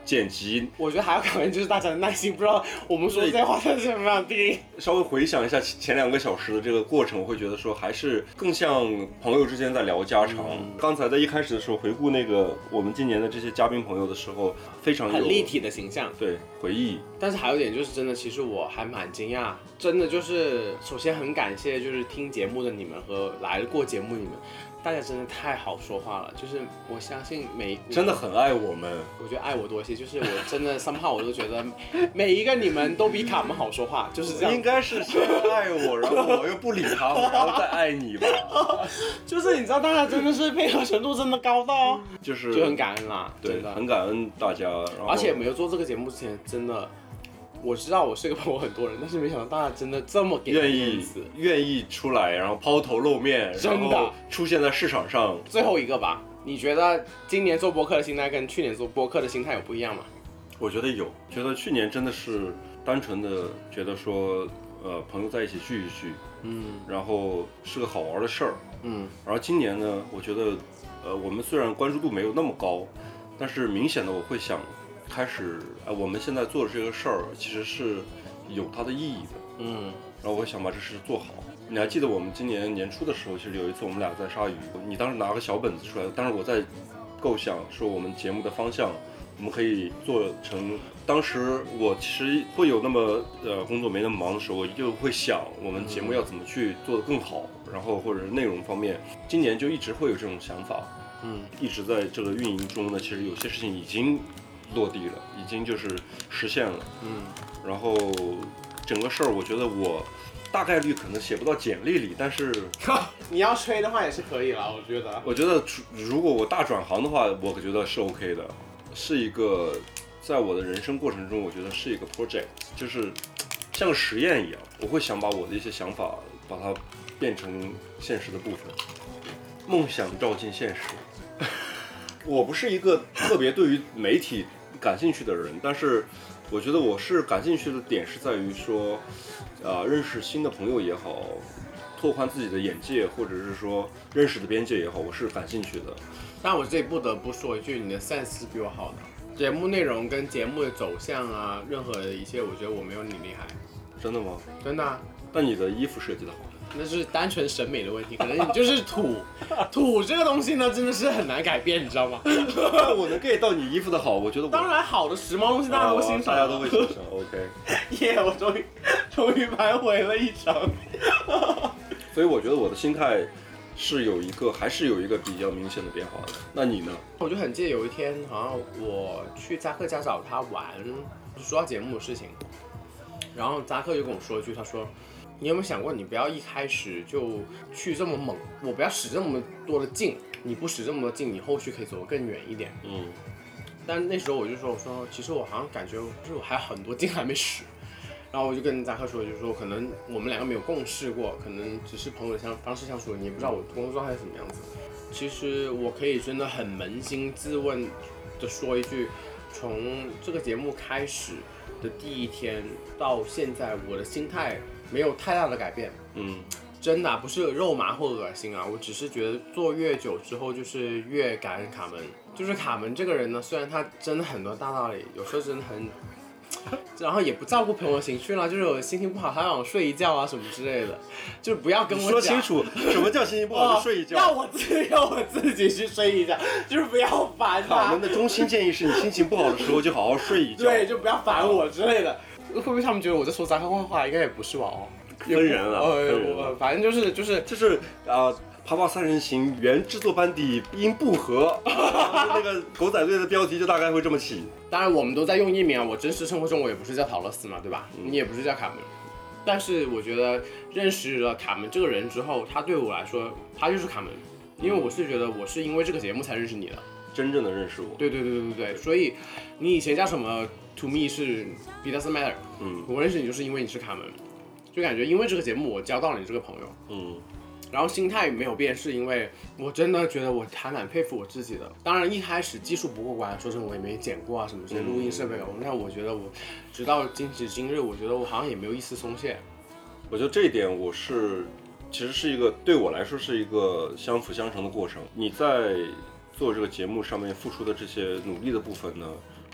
剪辑， 我觉得还要考验就是大家的耐心，不知道我们说这些话大家怎么样听。 稍微回想一下前两个小时的这个过程，我会觉得说还是更像朋友之间在聊家常。嗯、刚才在一开始的时候回顾那个我们今年的这些嘉宾朋友的时候，非常有很立体的形象， 对回忆。 但是还有一点就是真的，其实我还蛮惊讶，真的就是首先很感谢就是听节目的你们和来过节目你们。大家真的太好说话了，就是我相信每真的很爱我们， 我觉得爱我多些，就是我真的somehow我都觉得每一个你们都比卡门好说话，就是这样。 应该是先爱我，然后我又不理他们，然后再爱你吧。 就是你知道，大家真的是配合程度真的高到， 就是就很感恩啦， 对， 真的很感恩大家。然后而且没有做这个节目之前，真的。我知道我是个朋友很多人，但是没想到大家真的这么给愿意愿意出来，然后抛头露面， 真的出现在市场上。 最后一个吧，你觉得今年做播客的心态跟去年做播客的心态有不一样吗？ 我觉得有，觉得去年真的是单纯的觉得说，呃，朋友在一起聚一聚，嗯，然后是个好玩的事儿，嗯，然后今年呢，我觉得，呃，我们虽然关注度没有那么高，但是明显的我会想。开始，呃，我们现在做的这个事儿其实是有它的意义的，嗯，然后我会想把这事做好。你还记得我们今年年初的时候，其实有一次我们俩在鲨鱼，你当时拿个小本子出来，当时我在构想说我们节目的方向，我们可以做成。当时我其实会有那么呃工作没那么忙的时候，我就会想我们节目要怎么去做得更好，然后或者内容方面，今年就一直会有这种想法，嗯，一直在这个运营中呢，其实有些事情已经。落地了，已经就是实现了，嗯，然后整个事儿，我觉得我大概率可能写不到简历里，但是你要吹的话也是可以了，我觉得。 我觉得如果我大转行的话，我觉得是 OK 的，是一个在我的人生过程中，我觉得是一个 project， 就是像个实验一样，我会想把我的一些想法把它变成现实的部分，梦想照进现实。我不是一个特别对于媒体感兴趣的人，但是我觉得我是感兴趣的点是在于说，呃，认识新的朋友也好，拓宽自己的眼界，或者是说认识的边界也好，我是感兴趣的。 但我这里不得不说一句，你的 sense 是比我好的。节目内容跟节目的走向啊，任何的一切，我觉得我没有你厉害。 真的吗？ 真的啊。 但你的衣服设计的好。 那是单纯审美的问题，可能你就是土土这个东西呢，真的是很难改变，你知道吗？ 我能 get 到你衣服的好，我觉得我当然好的时髦东西大家都欣赏， 大家都会欣赏。OK， 耶、yeah, 我终于终于扳回了一城。 所以我觉得我的心态是有一个，还是有一个比较明显的变化的。那你呢？ 我就很记得有一天，好像我去扎克家找他玩，说到节目的事情，然后扎克就跟我说一句，他说。你有没有想过，你不要一开始就去这么猛，我不要使这么多的劲，你不使这么多劲，你后续可以走得更远一点。嗯。但那时候我就说，我说其实我好像感觉就是我还有很多劲还没使，然后我就跟扎克说，就是说可能我们两个没有共事过，可能只是朋友的相方式相处，你也不知道我工作状态是什么样子。其实我可以真的很扪心自问的说一句，从这个节目开始的第一天到现在，我的心态。没有太大的改变，嗯，真的、啊、不是肉麻或恶心啊，我只是觉得做越久之后，就是越感恩卡门。就是卡门这个人呢，虽然他真的很多大道理，有时候真的很，然后也不照顾朋友情绪啦，就是我心情不好，他让我睡一觉啊什么之类的，就是不要跟我讲。 说清楚什么叫心情不好就睡一觉， 让我自己让我自己去睡一觉，就是不要烦他。 卡门的衷心建议是你心情不好的时候就好好睡一觉， 对，就不要烦我之类的。会不会他们觉得我在说扎克坏话？应该也不是吧？哦， 分人了， 呃，反正就是就是就是啊，爬爬三人行原制作班底因不合，那个狗仔队的标题就大概会这么起。 当然我们都在用艺名啊，我真实生活中我也不是叫陶乐斯嘛，对吧？嗯、你也不是叫卡门。但是我觉得认识了卡门这个人之后，他对我来说，他就是卡门，因为我是觉得我是因为这个节目才认识你的， 真正的认识我。 对对对对对对，所以你以前叫什么 ？To me 是 It doesn't matter。嗯，我认识你就是因为你是卡门，就感觉因为这个节目我交到了你这个朋友。嗯，然后心态没有变，是因为我真的觉得我还蛮佩服我自己的。当然一开始技术不过关，说真的我也没剪过啊什么这些录音设备，那、嗯、我觉得我直到今时今日，我觉得我好像也没有一丝松懈。 我觉得这一点我是其实是一个对我来说是一个相辅相成的过程。你在做这个节目上面付出的这些努力的部分呢，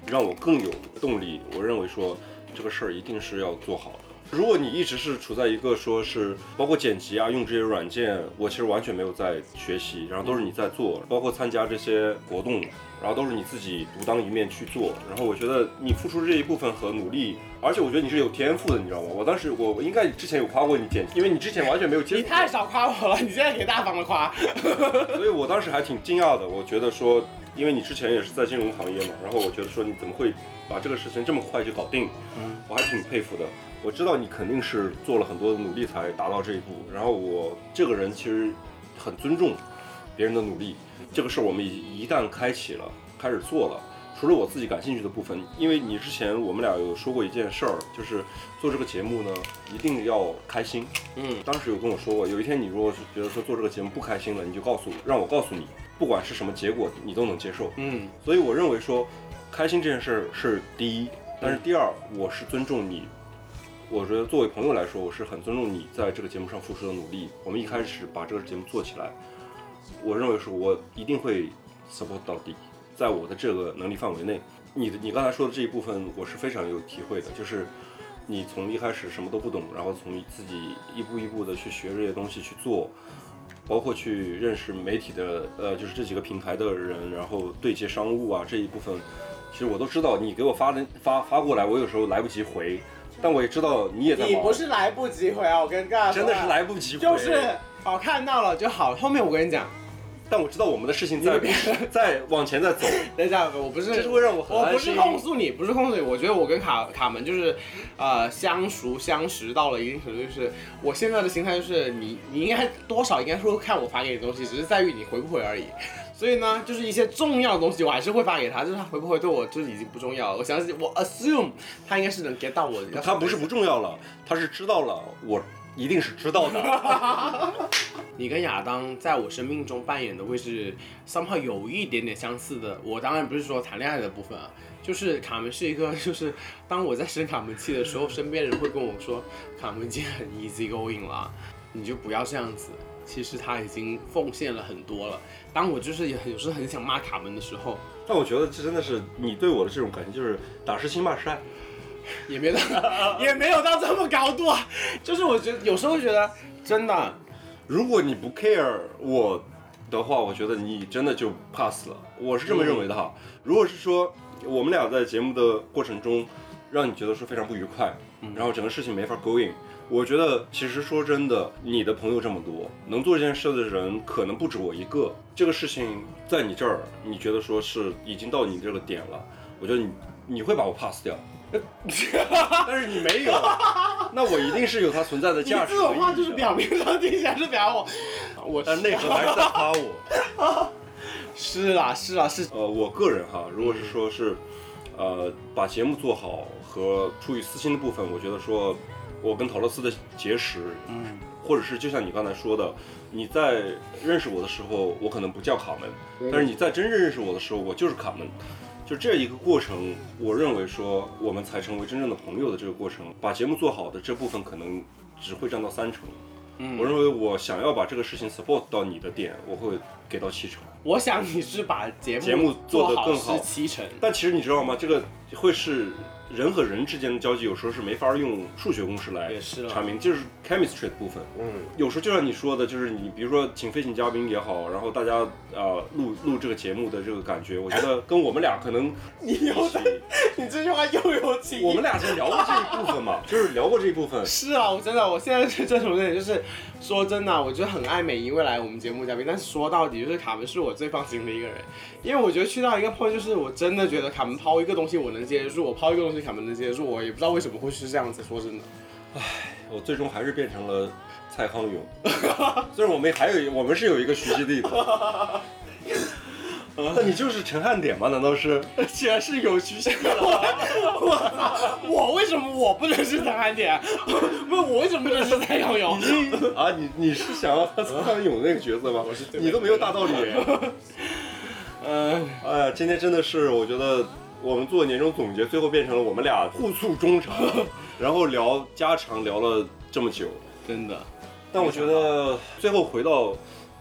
让我更有动力。我认为说这个事儿一定是要做好的。如果你一直是处在一个说是包括剪辑啊，用这些软件，我其实完全没有在学习，然后都是你在做，包括参加这些活动，然后都是你自己独当一面去做。然后我觉得你付出这一部分和努力，而且我觉得你是有天赋的，你知道吗？我当时我应该之前有夸过你剪辑，因为你之前完全没有接触。 你太少夸我了，你现在给大方的夸。 所以我当时还挺惊讶的，我觉得说，因为你之前也是在金融行业嘛，然后我觉得说你怎么会把这个事情这么快就搞定，嗯，我还挺佩服的。我知道你肯定是做了很多的努力才达到这一步，然后我这个人其实很尊重别人的努力。这个事儿我们一一旦开启了，开始做了，除了我自己感兴趣的部分，因为你之前我们俩有说过一件事儿，就是做这个节目呢一定要开心。嗯，当时有跟我说过，有一天你如果是觉得说做这个节目不开心了，你就告诉我，让我告诉你，不管是什么结果你都能接受。嗯，所以我认为说开心这件事是第一，但是第二，我是尊重你。我觉得作为朋友来说，我是很尊重你在这个节目上付出的努力。我们一开始把这个节目做起来，我认为说我一定会 support 到底，在我的这个能力范围内。你的你刚才说的这一部分，我是非常有体会的，就是你从一开始什么都不懂，然后从自己一步一步的去学这些东西去做，包括去认识媒体的呃，就是这几个平台的人，然后对接商务啊这一部分，其实我都知道。你给我发的发发过来，我有时候来不及回。但我也知道你也在忙。 你不是来不及回啊，我跟大家说， 真的是来不及回， 就是好看到了就好。后面我跟你讲， 但我知道我们的事情在在往前在走。 等一下，我不是， 这是会让我很安心。 我不是控诉你，不是控诉你。我觉得我跟卡卡门就是，呃，相熟相识到了一定程度，就是我现在的心态就是你你应该多少应该会看我发给你的东西，只是在于你回不回而已。所以呢，就是一些重要的东西，我还是会发给他，就是他回不回对我就是已经不重要了。我相信，我 assume 他应该是能 get 到我的。 他不是不重要了，他是知道了，我一定是知道的。 你跟亚当在我生命中扮演的位置 somehow 有一点点相似的。我当然不是说谈恋爱的部分啊，就是卡门是一个，就是当我在生卡门气的时候，身边人会跟我说，卡门已经很 easy going 了，你就不要这样子。其实他已经奉献了很多了。当我就是也有时候很想骂卡门的时候， 但我觉得这真的是你对我的这种感情，就是打是亲骂是爱， 也没到也没有到这么高度啊。就是我觉得有时候觉得真的， 如果你不 care 我的话，我觉得你真的就 pass 了。我是这么认为的哈。嗯、如果是说我们俩在节目的过程中，让你觉得说非常不愉快，嗯、然后整个事情没法 going。我觉得其实说真的，你的朋友这么多，能做这件事的人可能不止我一个。这个事情在你这儿，你觉得说是已经到你这个点了，我觉得你你会把我 pass 掉，但是你没有，那我一定是有它存在的价值。 你这种话就是表面上听起来是表我，我但内核还是在夸我。 是啦是啦是。 呃，我个人哈，如果是说是，呃，把节目做好和出于私心的部分，我觉得说。我跟陶乐斯的结识，嗯，或者是就像你刚才说的，你在认识我的时候，我可能不叫卡门，嗯、但是你在真正认识我的时候，我就是卡门。就这一个过程，我认为说我们才成为真正的朋友的这个过程，把节目做好的这部分可能只会占到三成。嗯，我认为我想要把这个事情 support 到你的点，我会给到七成。 我想你是把节目节目做得更好， 七成。 但其实你知道吗？这个会是。人和人之间的交际有时候是没法用数学公式来阐明，就是 chemistry 的部分。嗯，有时候就像你说的，就是你比如说请飞行嘉宾也好，然后大家呃录录这个节目的这个感觉，我觉得跟我们俩可能你又在你这句话又有歧义。 我们俩先聊过这一部分嘛，就是聊过这一部分。 是啊，我真的，我现在是这种点，就是说真的，我觉得很爱每一位来我们节目嘉宾，但是说到底，就是卡门是我最放心的一个人，因为我觉得去到一个 point， 就是我真的觉得卡门抛一个东西我能接得住，我抛一个东西。卡门能接得住，我也不知道为什么会是这样子。说真的， 唉，我最终还是变成了蔡康永。虽然我们还有我们是有一个徐熙娣的，那你就是陈汉典吗？难道是？ 竟然是有徐熙娣的！我操！我为什么我不能是陈汉典？不是我为什么不能是蔡康永？ 啊，你你是想要蔡康永那个角色吗？我是你都没有大道理。嗯，哎呀，今天真的是我觉得。我们做年终总结，最后变成了我们俩互诉衷肠，然后聊家常聊了这么久， 真的。 但我觉得最后回到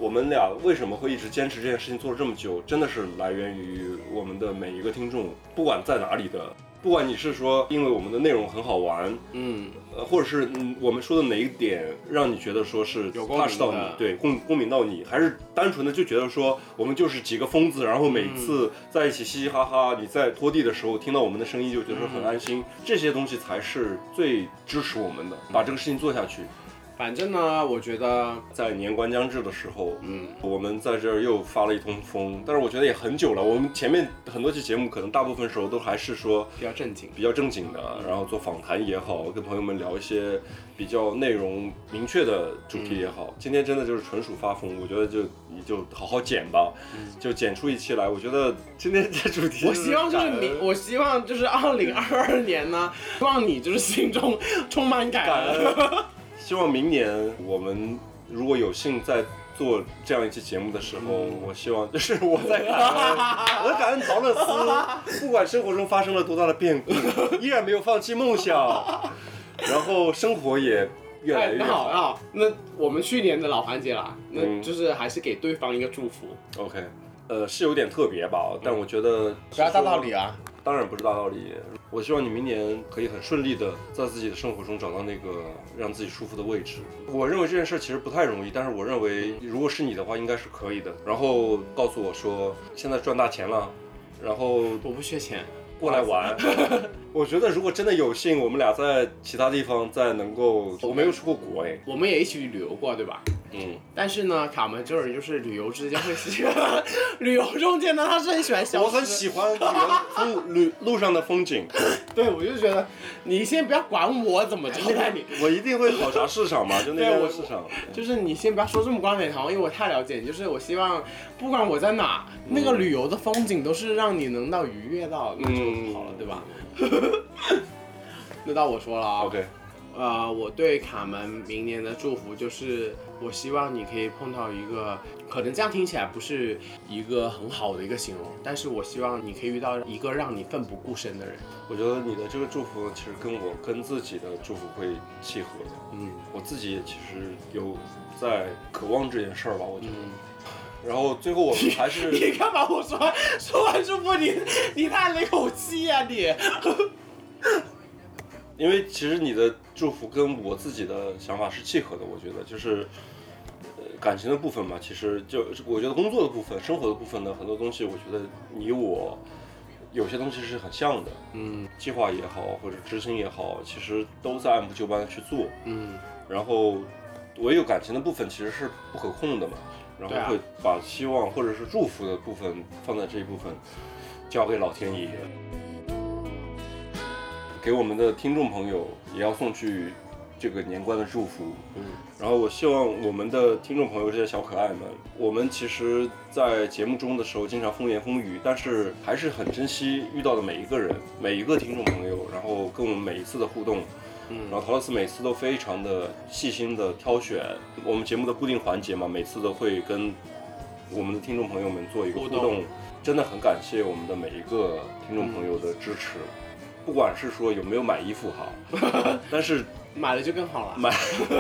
我们俩为什么会一直坚持这件事情做了这么久，真的是来源于我们的每一个听众，不管在哪里的，不管你是说因为我们的内容很好玩，嗯，呃，或者是嗯我们说的哪一点让你觉得说是 touch 到你，对，共共鸣到你，还是单纯的就觉得说我们就是几个疯子，然后每次在一起嘻嘻哈哈，你在拖地的时候听到我们的声音就觉得很安心，嗯、这些东西才是最支持我们的，把这个事情做下去。 反正呢，我觉得在年关将至的时候，嗯，我们在这儿又发了一通风，但是我觉得也很久了。我们前面很多期节目，可能大部分时候都还是说比较正经、 比较正经的，然后做访谈也好，跟朋友们聊一些比较内容明确的主题也好。嗯、今天真的就是纯属发疯，我觉得就你就好好剪吧，嗯、就剪出一期来。我觉得今天这主题， 我希望就是明，我希望就是二零二二年呢，希望你就是心中充满感恩。 感恩希望明年我们如果有幸在做这样一期节目的时候，嗯、我希望就是我在感恩，我在感恩陶乐斯，不管生活中发生了多大的变故，依然没有放弃梦想，然后生活也越来越好。 哎、好，那我们去年的老环节啦，那就是还是给对方一个祝福。 嗯、OK， 呃，是有点特别吧，但我觉得不要大道理啊。 当然不是大道理，我希望你明年可以很顺利的在自己的生活中找到那个让自己舒服的位置。我认为这件事其实不太容易，但是我认为如果是你的话应该是可以的。然后告诉我说现在赚大钱了，然后我不缺钱， 过来玩。我觉得如果真的有幸我们俩在其他地方再能够，我没有出过国哎， 我们也一起旅游过对吧？嗯，但是呢，卡门这种人就是旅游之间会喜欢，旅游中间呢，他是很喜欢消失。 我很喜欢旅游风旅路上的风景。 对，我就觉得你先不要管我怎么招待你， 我一定会考察市场嘛，就那边的市场。 就是你先不要说这么冠冕堂皇，因为我太了解你。就是我希望不管我在哪，嗯、那个旅游的风景都是让你能到愉悦到，那就好了，嗯、对吧？那到我说了啊。 OK。 呃，我对卡门明年的祝福就是，我希望你可以碰到一个，可能这样听起来不是一个很好的一个形容，但是我希望你可以遇到一个让你奋不顾身的人。 我觉得你的这个祝福其实跟我跟自己的祝福会契合的。嗯，我自己也其实有在渴望这件事儿吧，我觉得。嗯然后最后我们还是你干嘛？我说完说完祝福你，你叹了一口气啊你。 因为其实你的祝福跟我自己的想法是契合的，我觉得就是，呃，感情的部分嘛，其实就我觉得工作的部分、生活的部分呢，很多东西我觉得你我有些东西是很像的，嗯，计划也好或者执行也好，其实都在按部就班的去做，嗯，然后唯有感情的部分其实是不可控的嘛，然后会把希望或者是祝福的部分放在这一部分交给老天爷。给我们的听众朋友也要送去这个年关的祝福，嗯，然后我希望我们的听众朋友这些小可爱们，我们其实在节目中的时候经常风言风语，但是还是很珍惜遇到的每一个人，每一个听众朋友，然后跟我们每一次的互动，嗯，然后陶乐斯每次都非常的细心的挑选我们节目的固定环节嘛，每次都会跟我们的听众朋友们做一个互动，互动真的很感谢我们的每一个听众朋友的支持。嗯不管是说有没有买衣服好，但是买了就更好了。 买，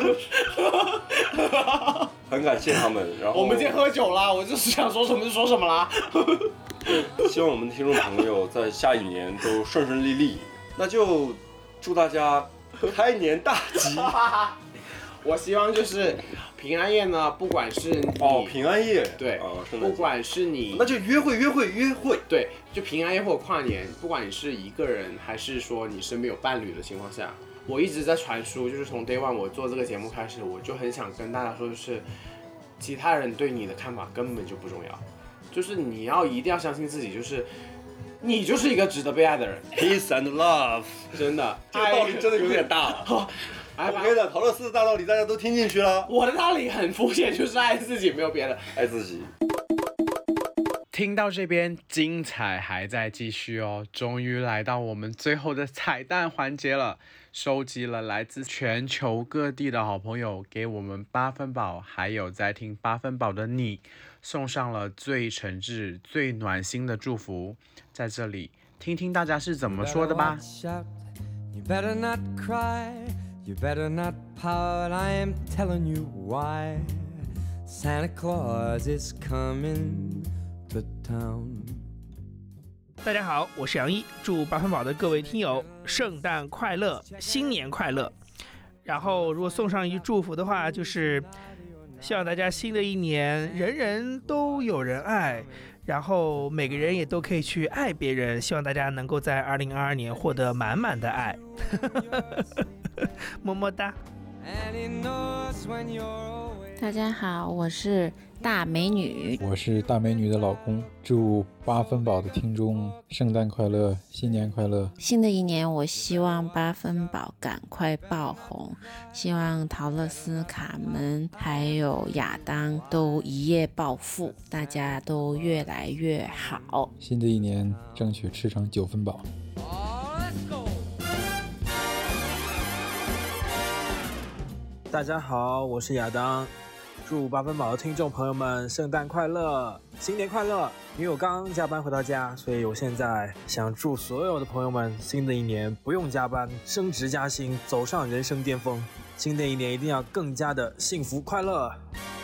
很感谢他们。然后我们今天喝酒啦，我就是想说什么就说什么啦。 希望我们的听众朋友在下一年都顺顺利利。那就祝大家开年大吉。 我希望就是平安夜呢，不管是你哦平安夜对，哦、不管是你那就约会约会约会对，就平安夜或者跨年，不管你是一个人还是说你身边有伴侣的情况下，我一直在传输，就是从 day one 我做这个节目开始，我就很想跟大家说，就是其他人对你的看法根本就不重要，就是你要一定要相信自己，就是你就是一个值得被爱的人。 Peace and love， 真的， 这个道理真的有点大了。OK 的，陶乐斯的大道理大家都听进去了。 我的道理很肤浅，就是爱自己，没有别的。 爱自己。 听到这边，精彩还在继续哦！终于来到我们最后的彩蛋环节了，收集了来自全球各地的好朋友给我们八分饱，还有在听八分饱的你，送上了最诚挚、最暖心的祝福。在这里，听听大家是怎么说的吧。 You better not cry, you better not pout, I am telling you why. Santa Claus is coming to town。 大家好，我是杨一，祝八分饱的各位听友圣诞快乐，新年快乐。然后如果送上一句祝福的话，就是希望大家新的一年人人都有人爱，然后每个人也都可以去爱别人，希望大家能够在二零二二年获得满满的爱。么么哒。 大家好，我是大美女， 我是大美女的老公。祝八分饱的听众圣诞快乐，新年快乐。 新的一年，我希望八分饱赶快爆红，希望陶乐斯、卡门还有亚当都一夜暴富，大家都越来越好。 新的一年，争取吃成九分饱。 大家好，我是亚当，祝八分饱的听众朋友们圣诞快乐，新年快乐。因为我刚加班回到家，所以我现在想祝所有的朋友们新的一年不用加班，升职加薪，走上人生巅峰。新的一年一定要更加的幸福快乐。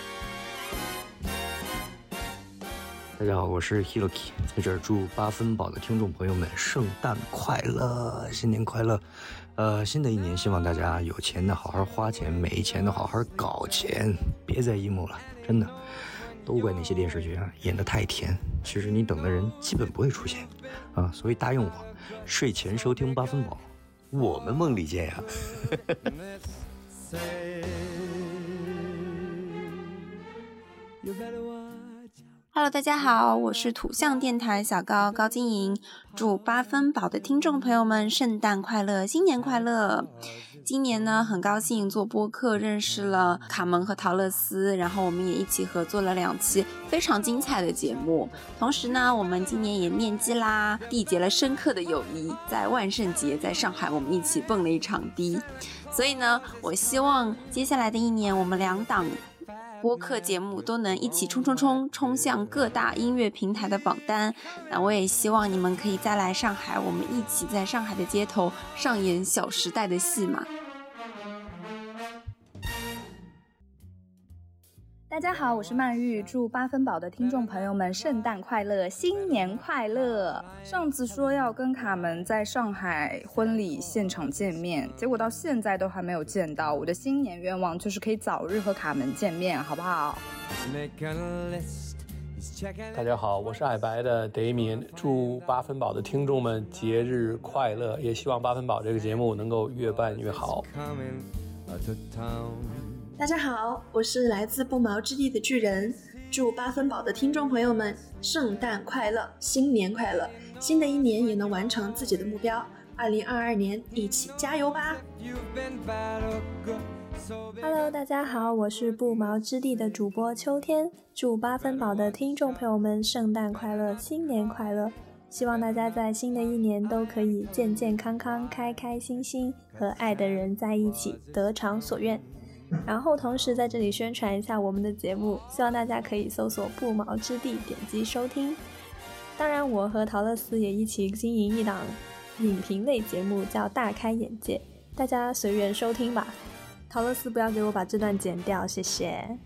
大家好，我是 Hiroki， 在这儿祝八分饱的听众朋友们圣诞快乐，新年快乐。呃，新的一年希望大家有钱的好好花钱，没钱的好好搞钱，别再 emo 了，真的，都怪那些电视剧啊演得太甜，其实你等的人基本不会出现啊，所以答应我，睡前收听八分饱，我们梦里见呀。 Hello， 大家好，我是土象电台小高高晶莹，祝八分饱的听众朋友们圣诞快乐，新年快乐。今年呢，很高兴做播客认识了卡门和陶乐斯，然后我们也一起合作了两期非常精彩的节目。同时呢，我们今年也面基啦，缔结了深刻的友谊，在万圣节在上海我们一起蹦了一场迪。所以呢，我希望接下来的一年我们两档播客节目都能一起冲冲冲冲向各大音乐平台的榜单。那我也希望你们可以再来上海，我们一起在上海的街头上演小时代的戏码。 大家好，我是曼玉，祝八分饱的听众朋友们圣诞快乐，新年快乐。上次说要跟卡门在上海婚礼现场见面，结果到现在都还没有见到。我的新年愿望就是可以早日和卡门见面，好不好？ 大家好，我是爱白的德明，祝八分饱的听众们节日快乐，也希望八分饱这个节目能够越办越好。 大家好，我是来自不毛之地的巨人，祝八分饱的听众朋友们圣诞快乐，新年快乐，新的一年也能完成自己的目标，二零二二年一起加油吧。 Hello， 大家好，我是不毛之地的主播秋天，祝八分饱的听众朋友们圣诞快乐，新年快乐，希望大家在新的一年都可以健健康康，开开心心，和爱的人在一起，得偿所愿。然后同时在这里宣传一下我们的节目，希望大家可以搜索不毛之地点击收听。当然我和陶乐斯也一起经营一档影评类节目叫大开眼界，大家随缘收听吧。陶乐斯不要给我把这段剪掉，谢谢。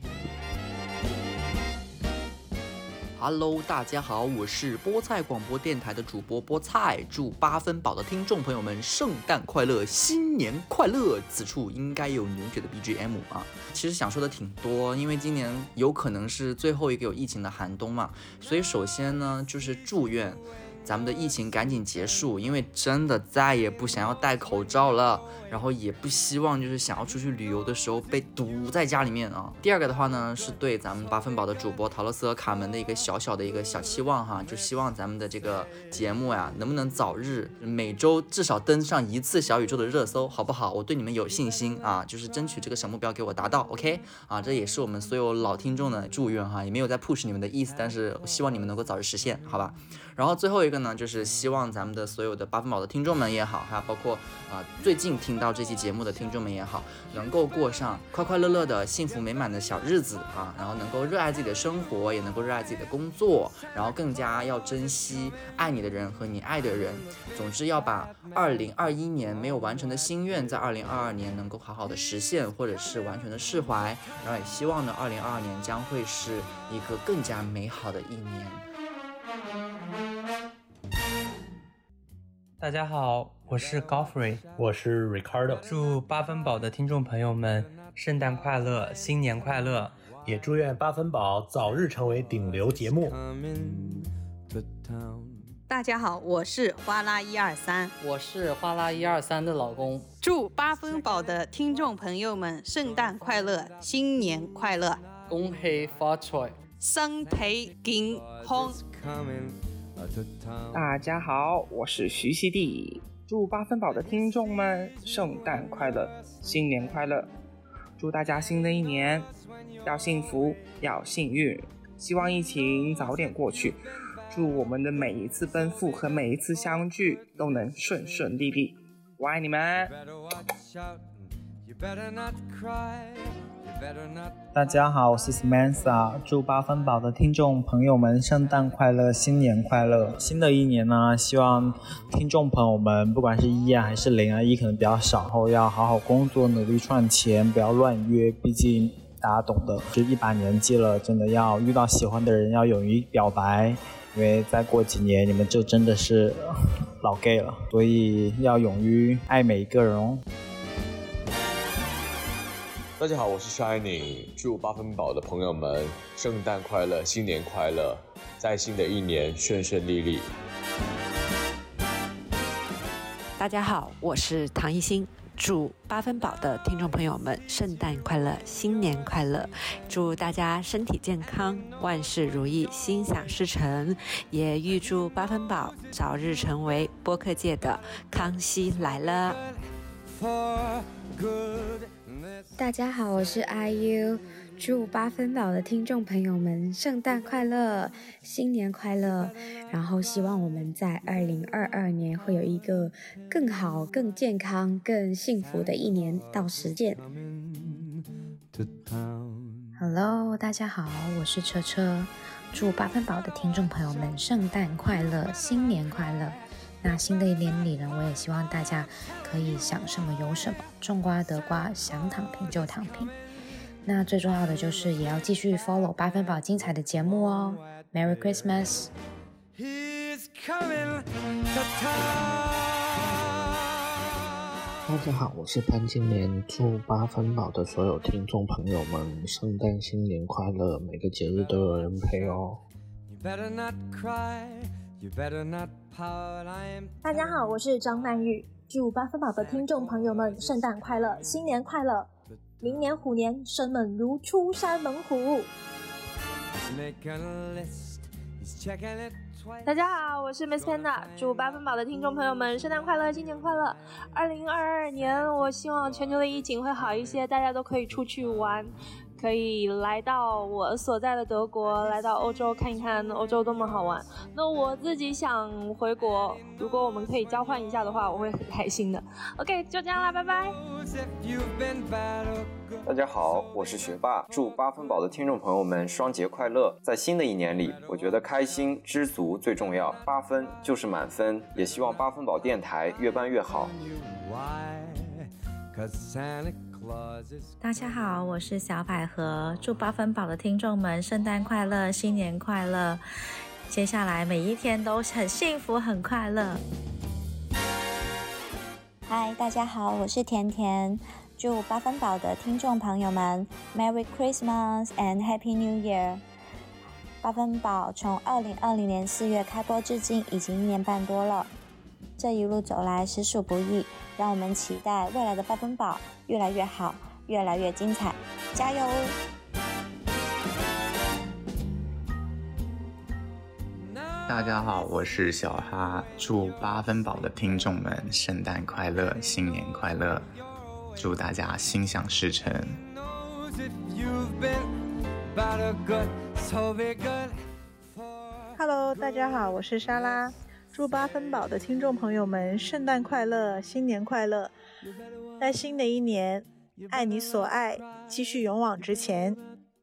Hello， 大家好，我是菠菜广播电台的主播菠菜，祝八分饱的听众朋友们圣诞快乐，新年快乐。此处应该有牛姐的 B G M 啊。其实想说的挺多，因为今年有可能是最后一个有疫情的寒冬嘛，所以首先呢，就是祝愿咱们的疫情赶紧结束，因为真的再也不想要戴口罩了，然后也不希望就是想要出去旅游的时候被堵在家里面啊。第二个的话呢，是对咱们八分饱的主播陶乐斯和卡门的一个小小的一个小期望哈，就希望咱们的这个节目呀，能不能早日每周至少登上一次小宇宙的热搜，好不好？我对你们有信心啊，就是争取这个小目标给我达到 ，OK 啊，这也是我们所有老听众的祝愿哈，也没有在 push 你们的意思，但是希望你们能够早日实现，好吧？然后最后一个呢，就是希望咱们的所有的八分饱的听众们也好，还有包括啊、呃、最近听到这期节目的听众们也好，能够过上快快乐乐的幸福美满的小日子啊，然后能够热爱自己的生活，也能够热爱自己的工作，然后更加要珍惜爱你的人和你爱的人。总之要把二零二一年没有完成的心愿，在二零二二年能够好好的实现，或者是完全的释怀。然后也希望呢，二零二二年将会是一个更加美好的一年。 大家好，我是 Godfrey， 我是 Ricardo， 祝八分饱的听众朋友们圣诞快乐，新年快乐， 也祝愿八分饱早日成为顶流节目。 大家好，我是花拉一二三， 我是花拉一二三的老公。 祝八分饱的听众朋友们圣诞快乐，新年快乐， 恭喜發財， 身體健康。 大家好，我是徐熙娣，祝八分饱的听众们圣诞快乐，新年快乐，祝大家新的一年要幸福，要幸运，希望疫情早点过去，祝我们的每一次奔赴和每一次相聚都能顺顺利利，我爱你们。 大家好，我是 Samantha， 祝八分饱的听众朋友们圣诞快乐，新年快乐。新的一年呢，希望听众朋友们不管是一啊还是零啊，一可能比较少，后要好好工作，努力赚钱，不要乱约，毕竟大家懂得，就一把年纪了，真的要遇到喜欢的人要勇于表白，因为再过几年你们就真的是老 gay 了，所以要勇于爱每一个人哦。 大家好，我是 Shining， 祝八分饱的朋友们圣诞快乐，新年快乐，在新的一年顺顺利利。 大家好，我是唐艺昕，祝八分饱的听众朋友们圣诞快乐，新年快乐，祝大家身体健康，万事如意，心想事成，也预祝八分饱早日成为播客界的康熙来了。 大家好，我是 I U， 祝八分饱的听众朋友们圣诞快乐，新年快乐，然后希望我们在二零二二年会有一个更好、更健康、更幸福的一年，到时见。Hello， 大家好，我是车车，祝八分饱的听众朋友们圣诞快乐，新年快乐。那新的一年里呢，我也希望大家可以想什么有什么，种瓜得瓜，想躺平就躺平。那最重要的就是也要继续 follow 八分饱精彩的节目哦。Merry Christmas！ 大家好，我是潘金莲，祝八分饱的所有听众朋友们圣诞新年快乐，每个节日都有人陪哦。 大家好，我是张曼玉，祝八分饱的听众朋友们圣诞快乐，新年快乐，明年虎年生猛如出山猛虎。 大家好，我是 Miss Panda， 祝八分饱的听众朋友们圣诞快乐，新年快乐。二零二二年，我希望全球的疫情会好一些，大家都可以出去玩，可以来到我所在的德国，来到欧洲看一看欧洲多么好玩。那我自己想回国，如果我们可以交换一下的话，我会很开心的。OK， 就这样啦，拜拜。 大家好，我是学霸，祝八分饱的听众朋友们双节快乐。在新的一年里，我觉得开心知足最重要，八分就是满分，也希望八分饱电台越办越好。 大家好，我是小百合，祝八分饱的听众们圣诞快乐，新年快乐，接下来每一天都很幸福很快乐。 嗨，大家好，我是甜甜，祝八分饱的听众朋友们 Merry Christmas and Happy New Year。 八分饱从二零二零年四月开播至今已经一年半多了，这一路走来实属不易，让我们期待未来的八分饱越来越好，越来越精彩，加油！ 大家好，我是小哈，祝八分饱的听众们圣诞快乐，新年快乐，祝大家心想事成。 Hello， 大家好，我是莎拉， 祝八分饱的听众朋友们圣诞快乐，新年快乐！在新的一年，爱你所爱，继续勇往直前。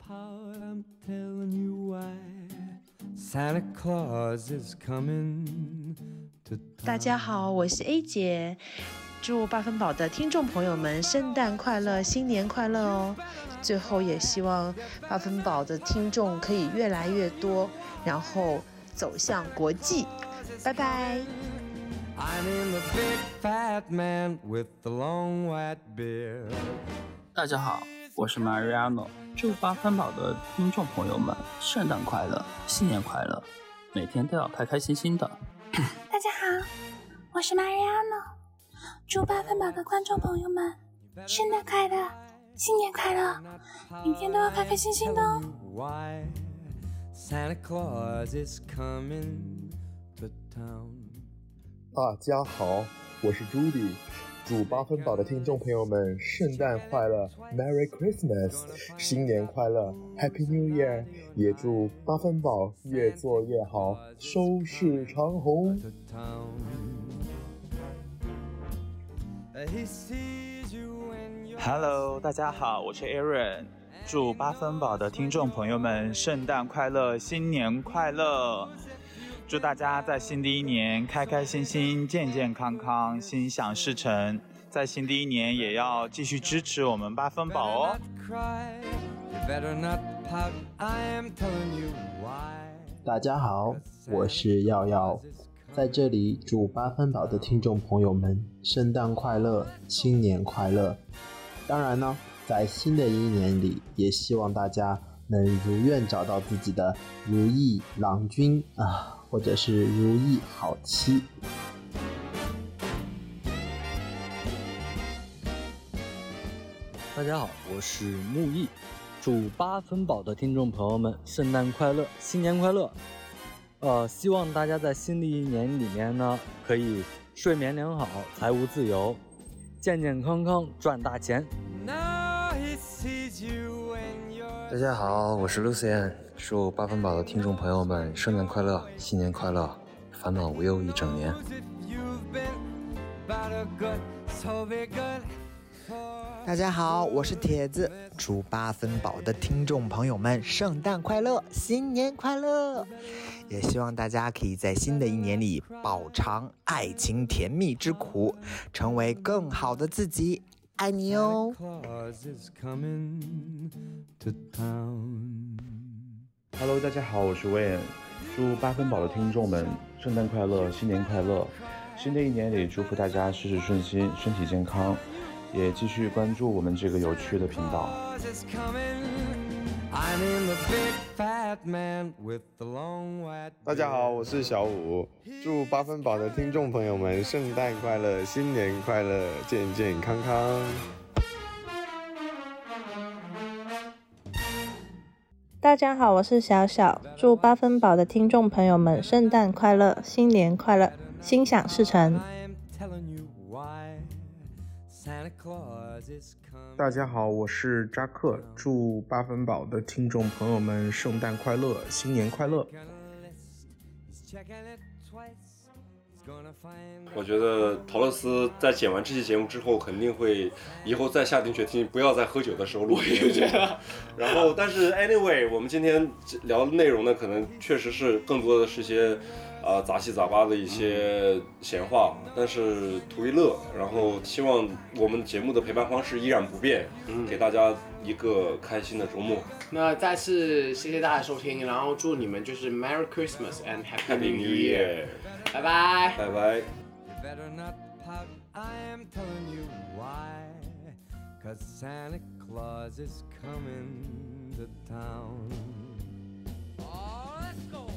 大家好，我是 A 姐，祝八分饱的听众朋友们圣诞快乐，新年快乐哦！最后也希望八分饱的听众可以越来越多，然后走向国际。拜拜。 大家好，我是 Mariano， 祝八分饱的听众朋友们圣诞快乐，新年快乐，每天都要开开心心的。 大家好，我是 Mariano， 祝八分饱的观众朋友们圣诞快乐，新年快乐，明天都要开开心心的哦。 大家好，我是朱迪，祝八分饱的听众朋友们圣诞快乐 ，Merry Christmas， 新年快乐 ，Happy New Year， 也祝八分饱越做越好，收视长虹。 Hello， 大家好，我是 Aaron， 祝八分饱的听众朋友们圣诞快乐，新年快乐！祝大家在新的一年开开心心、健健康康、心想事成。在新的一年也要继续支持我们八分饱哦。 大家好，我是耀耀，在这里祝八分饱的听众朋友们圣诞快乐，新年快乐。当然呢，在新的一年里，也希望大家能如愿找到自己的如意郎君啊。或者是如意好妻。 大家好，我是木易，祝八分饱的听众朋友们圣诞快乐，新年快乐。呃，希望大家在新的一年里面呢，可以睡眠良好，财务自由，健健康康，赚大钱。 大家好，我是 Lucian， 祝八分饱的听众朋友们圣诞快乐，新年快乐，烦恼无忧一整年。 大家好，我是铁子，祝八分饱的听众朋友们圣诞快乐，新年快乐！也希望大家可以在新的一年里饱尝爱情甜蜜之苦，成为更好的自己。爱你哦。 Hello， 大家好，我是 Wayne， 祝八分饱的听众们圣诞快乐，新年快乐！新的一年里，祝福大家事事顺心，身体健康，也继续关注我们这个有趣的频道。 大家好，我是小五，祝八分饱的听众朋友们圣诞快乐，新年快乐，健健康康。 大家好，我是小小，祝八分饱的听众朋友们圣诞快乐，新年快乐，心想事成。 大家好，我是扎克，祝八分饱的听众朋友们圣诞快乐，新年快乐。 我觉得陶乐斯在剪完这期节目之后，肯定会以后再下定决心，不要在喝酒的时候录节目。然后，但是 anyway， 我们今天聊的内容呢，可能确实是更多的是些。呃，杂七杂八的一些闲话，但是图一乐。然后希望我们节目的陪伴方式依然不变，嗯、给大家一个开心的周末。 那再次谢谢大家收听，然后祝你们就是 Merry Christmas and Happy, Happy New Year， 拜拜， 拜拜。Oh, let's go.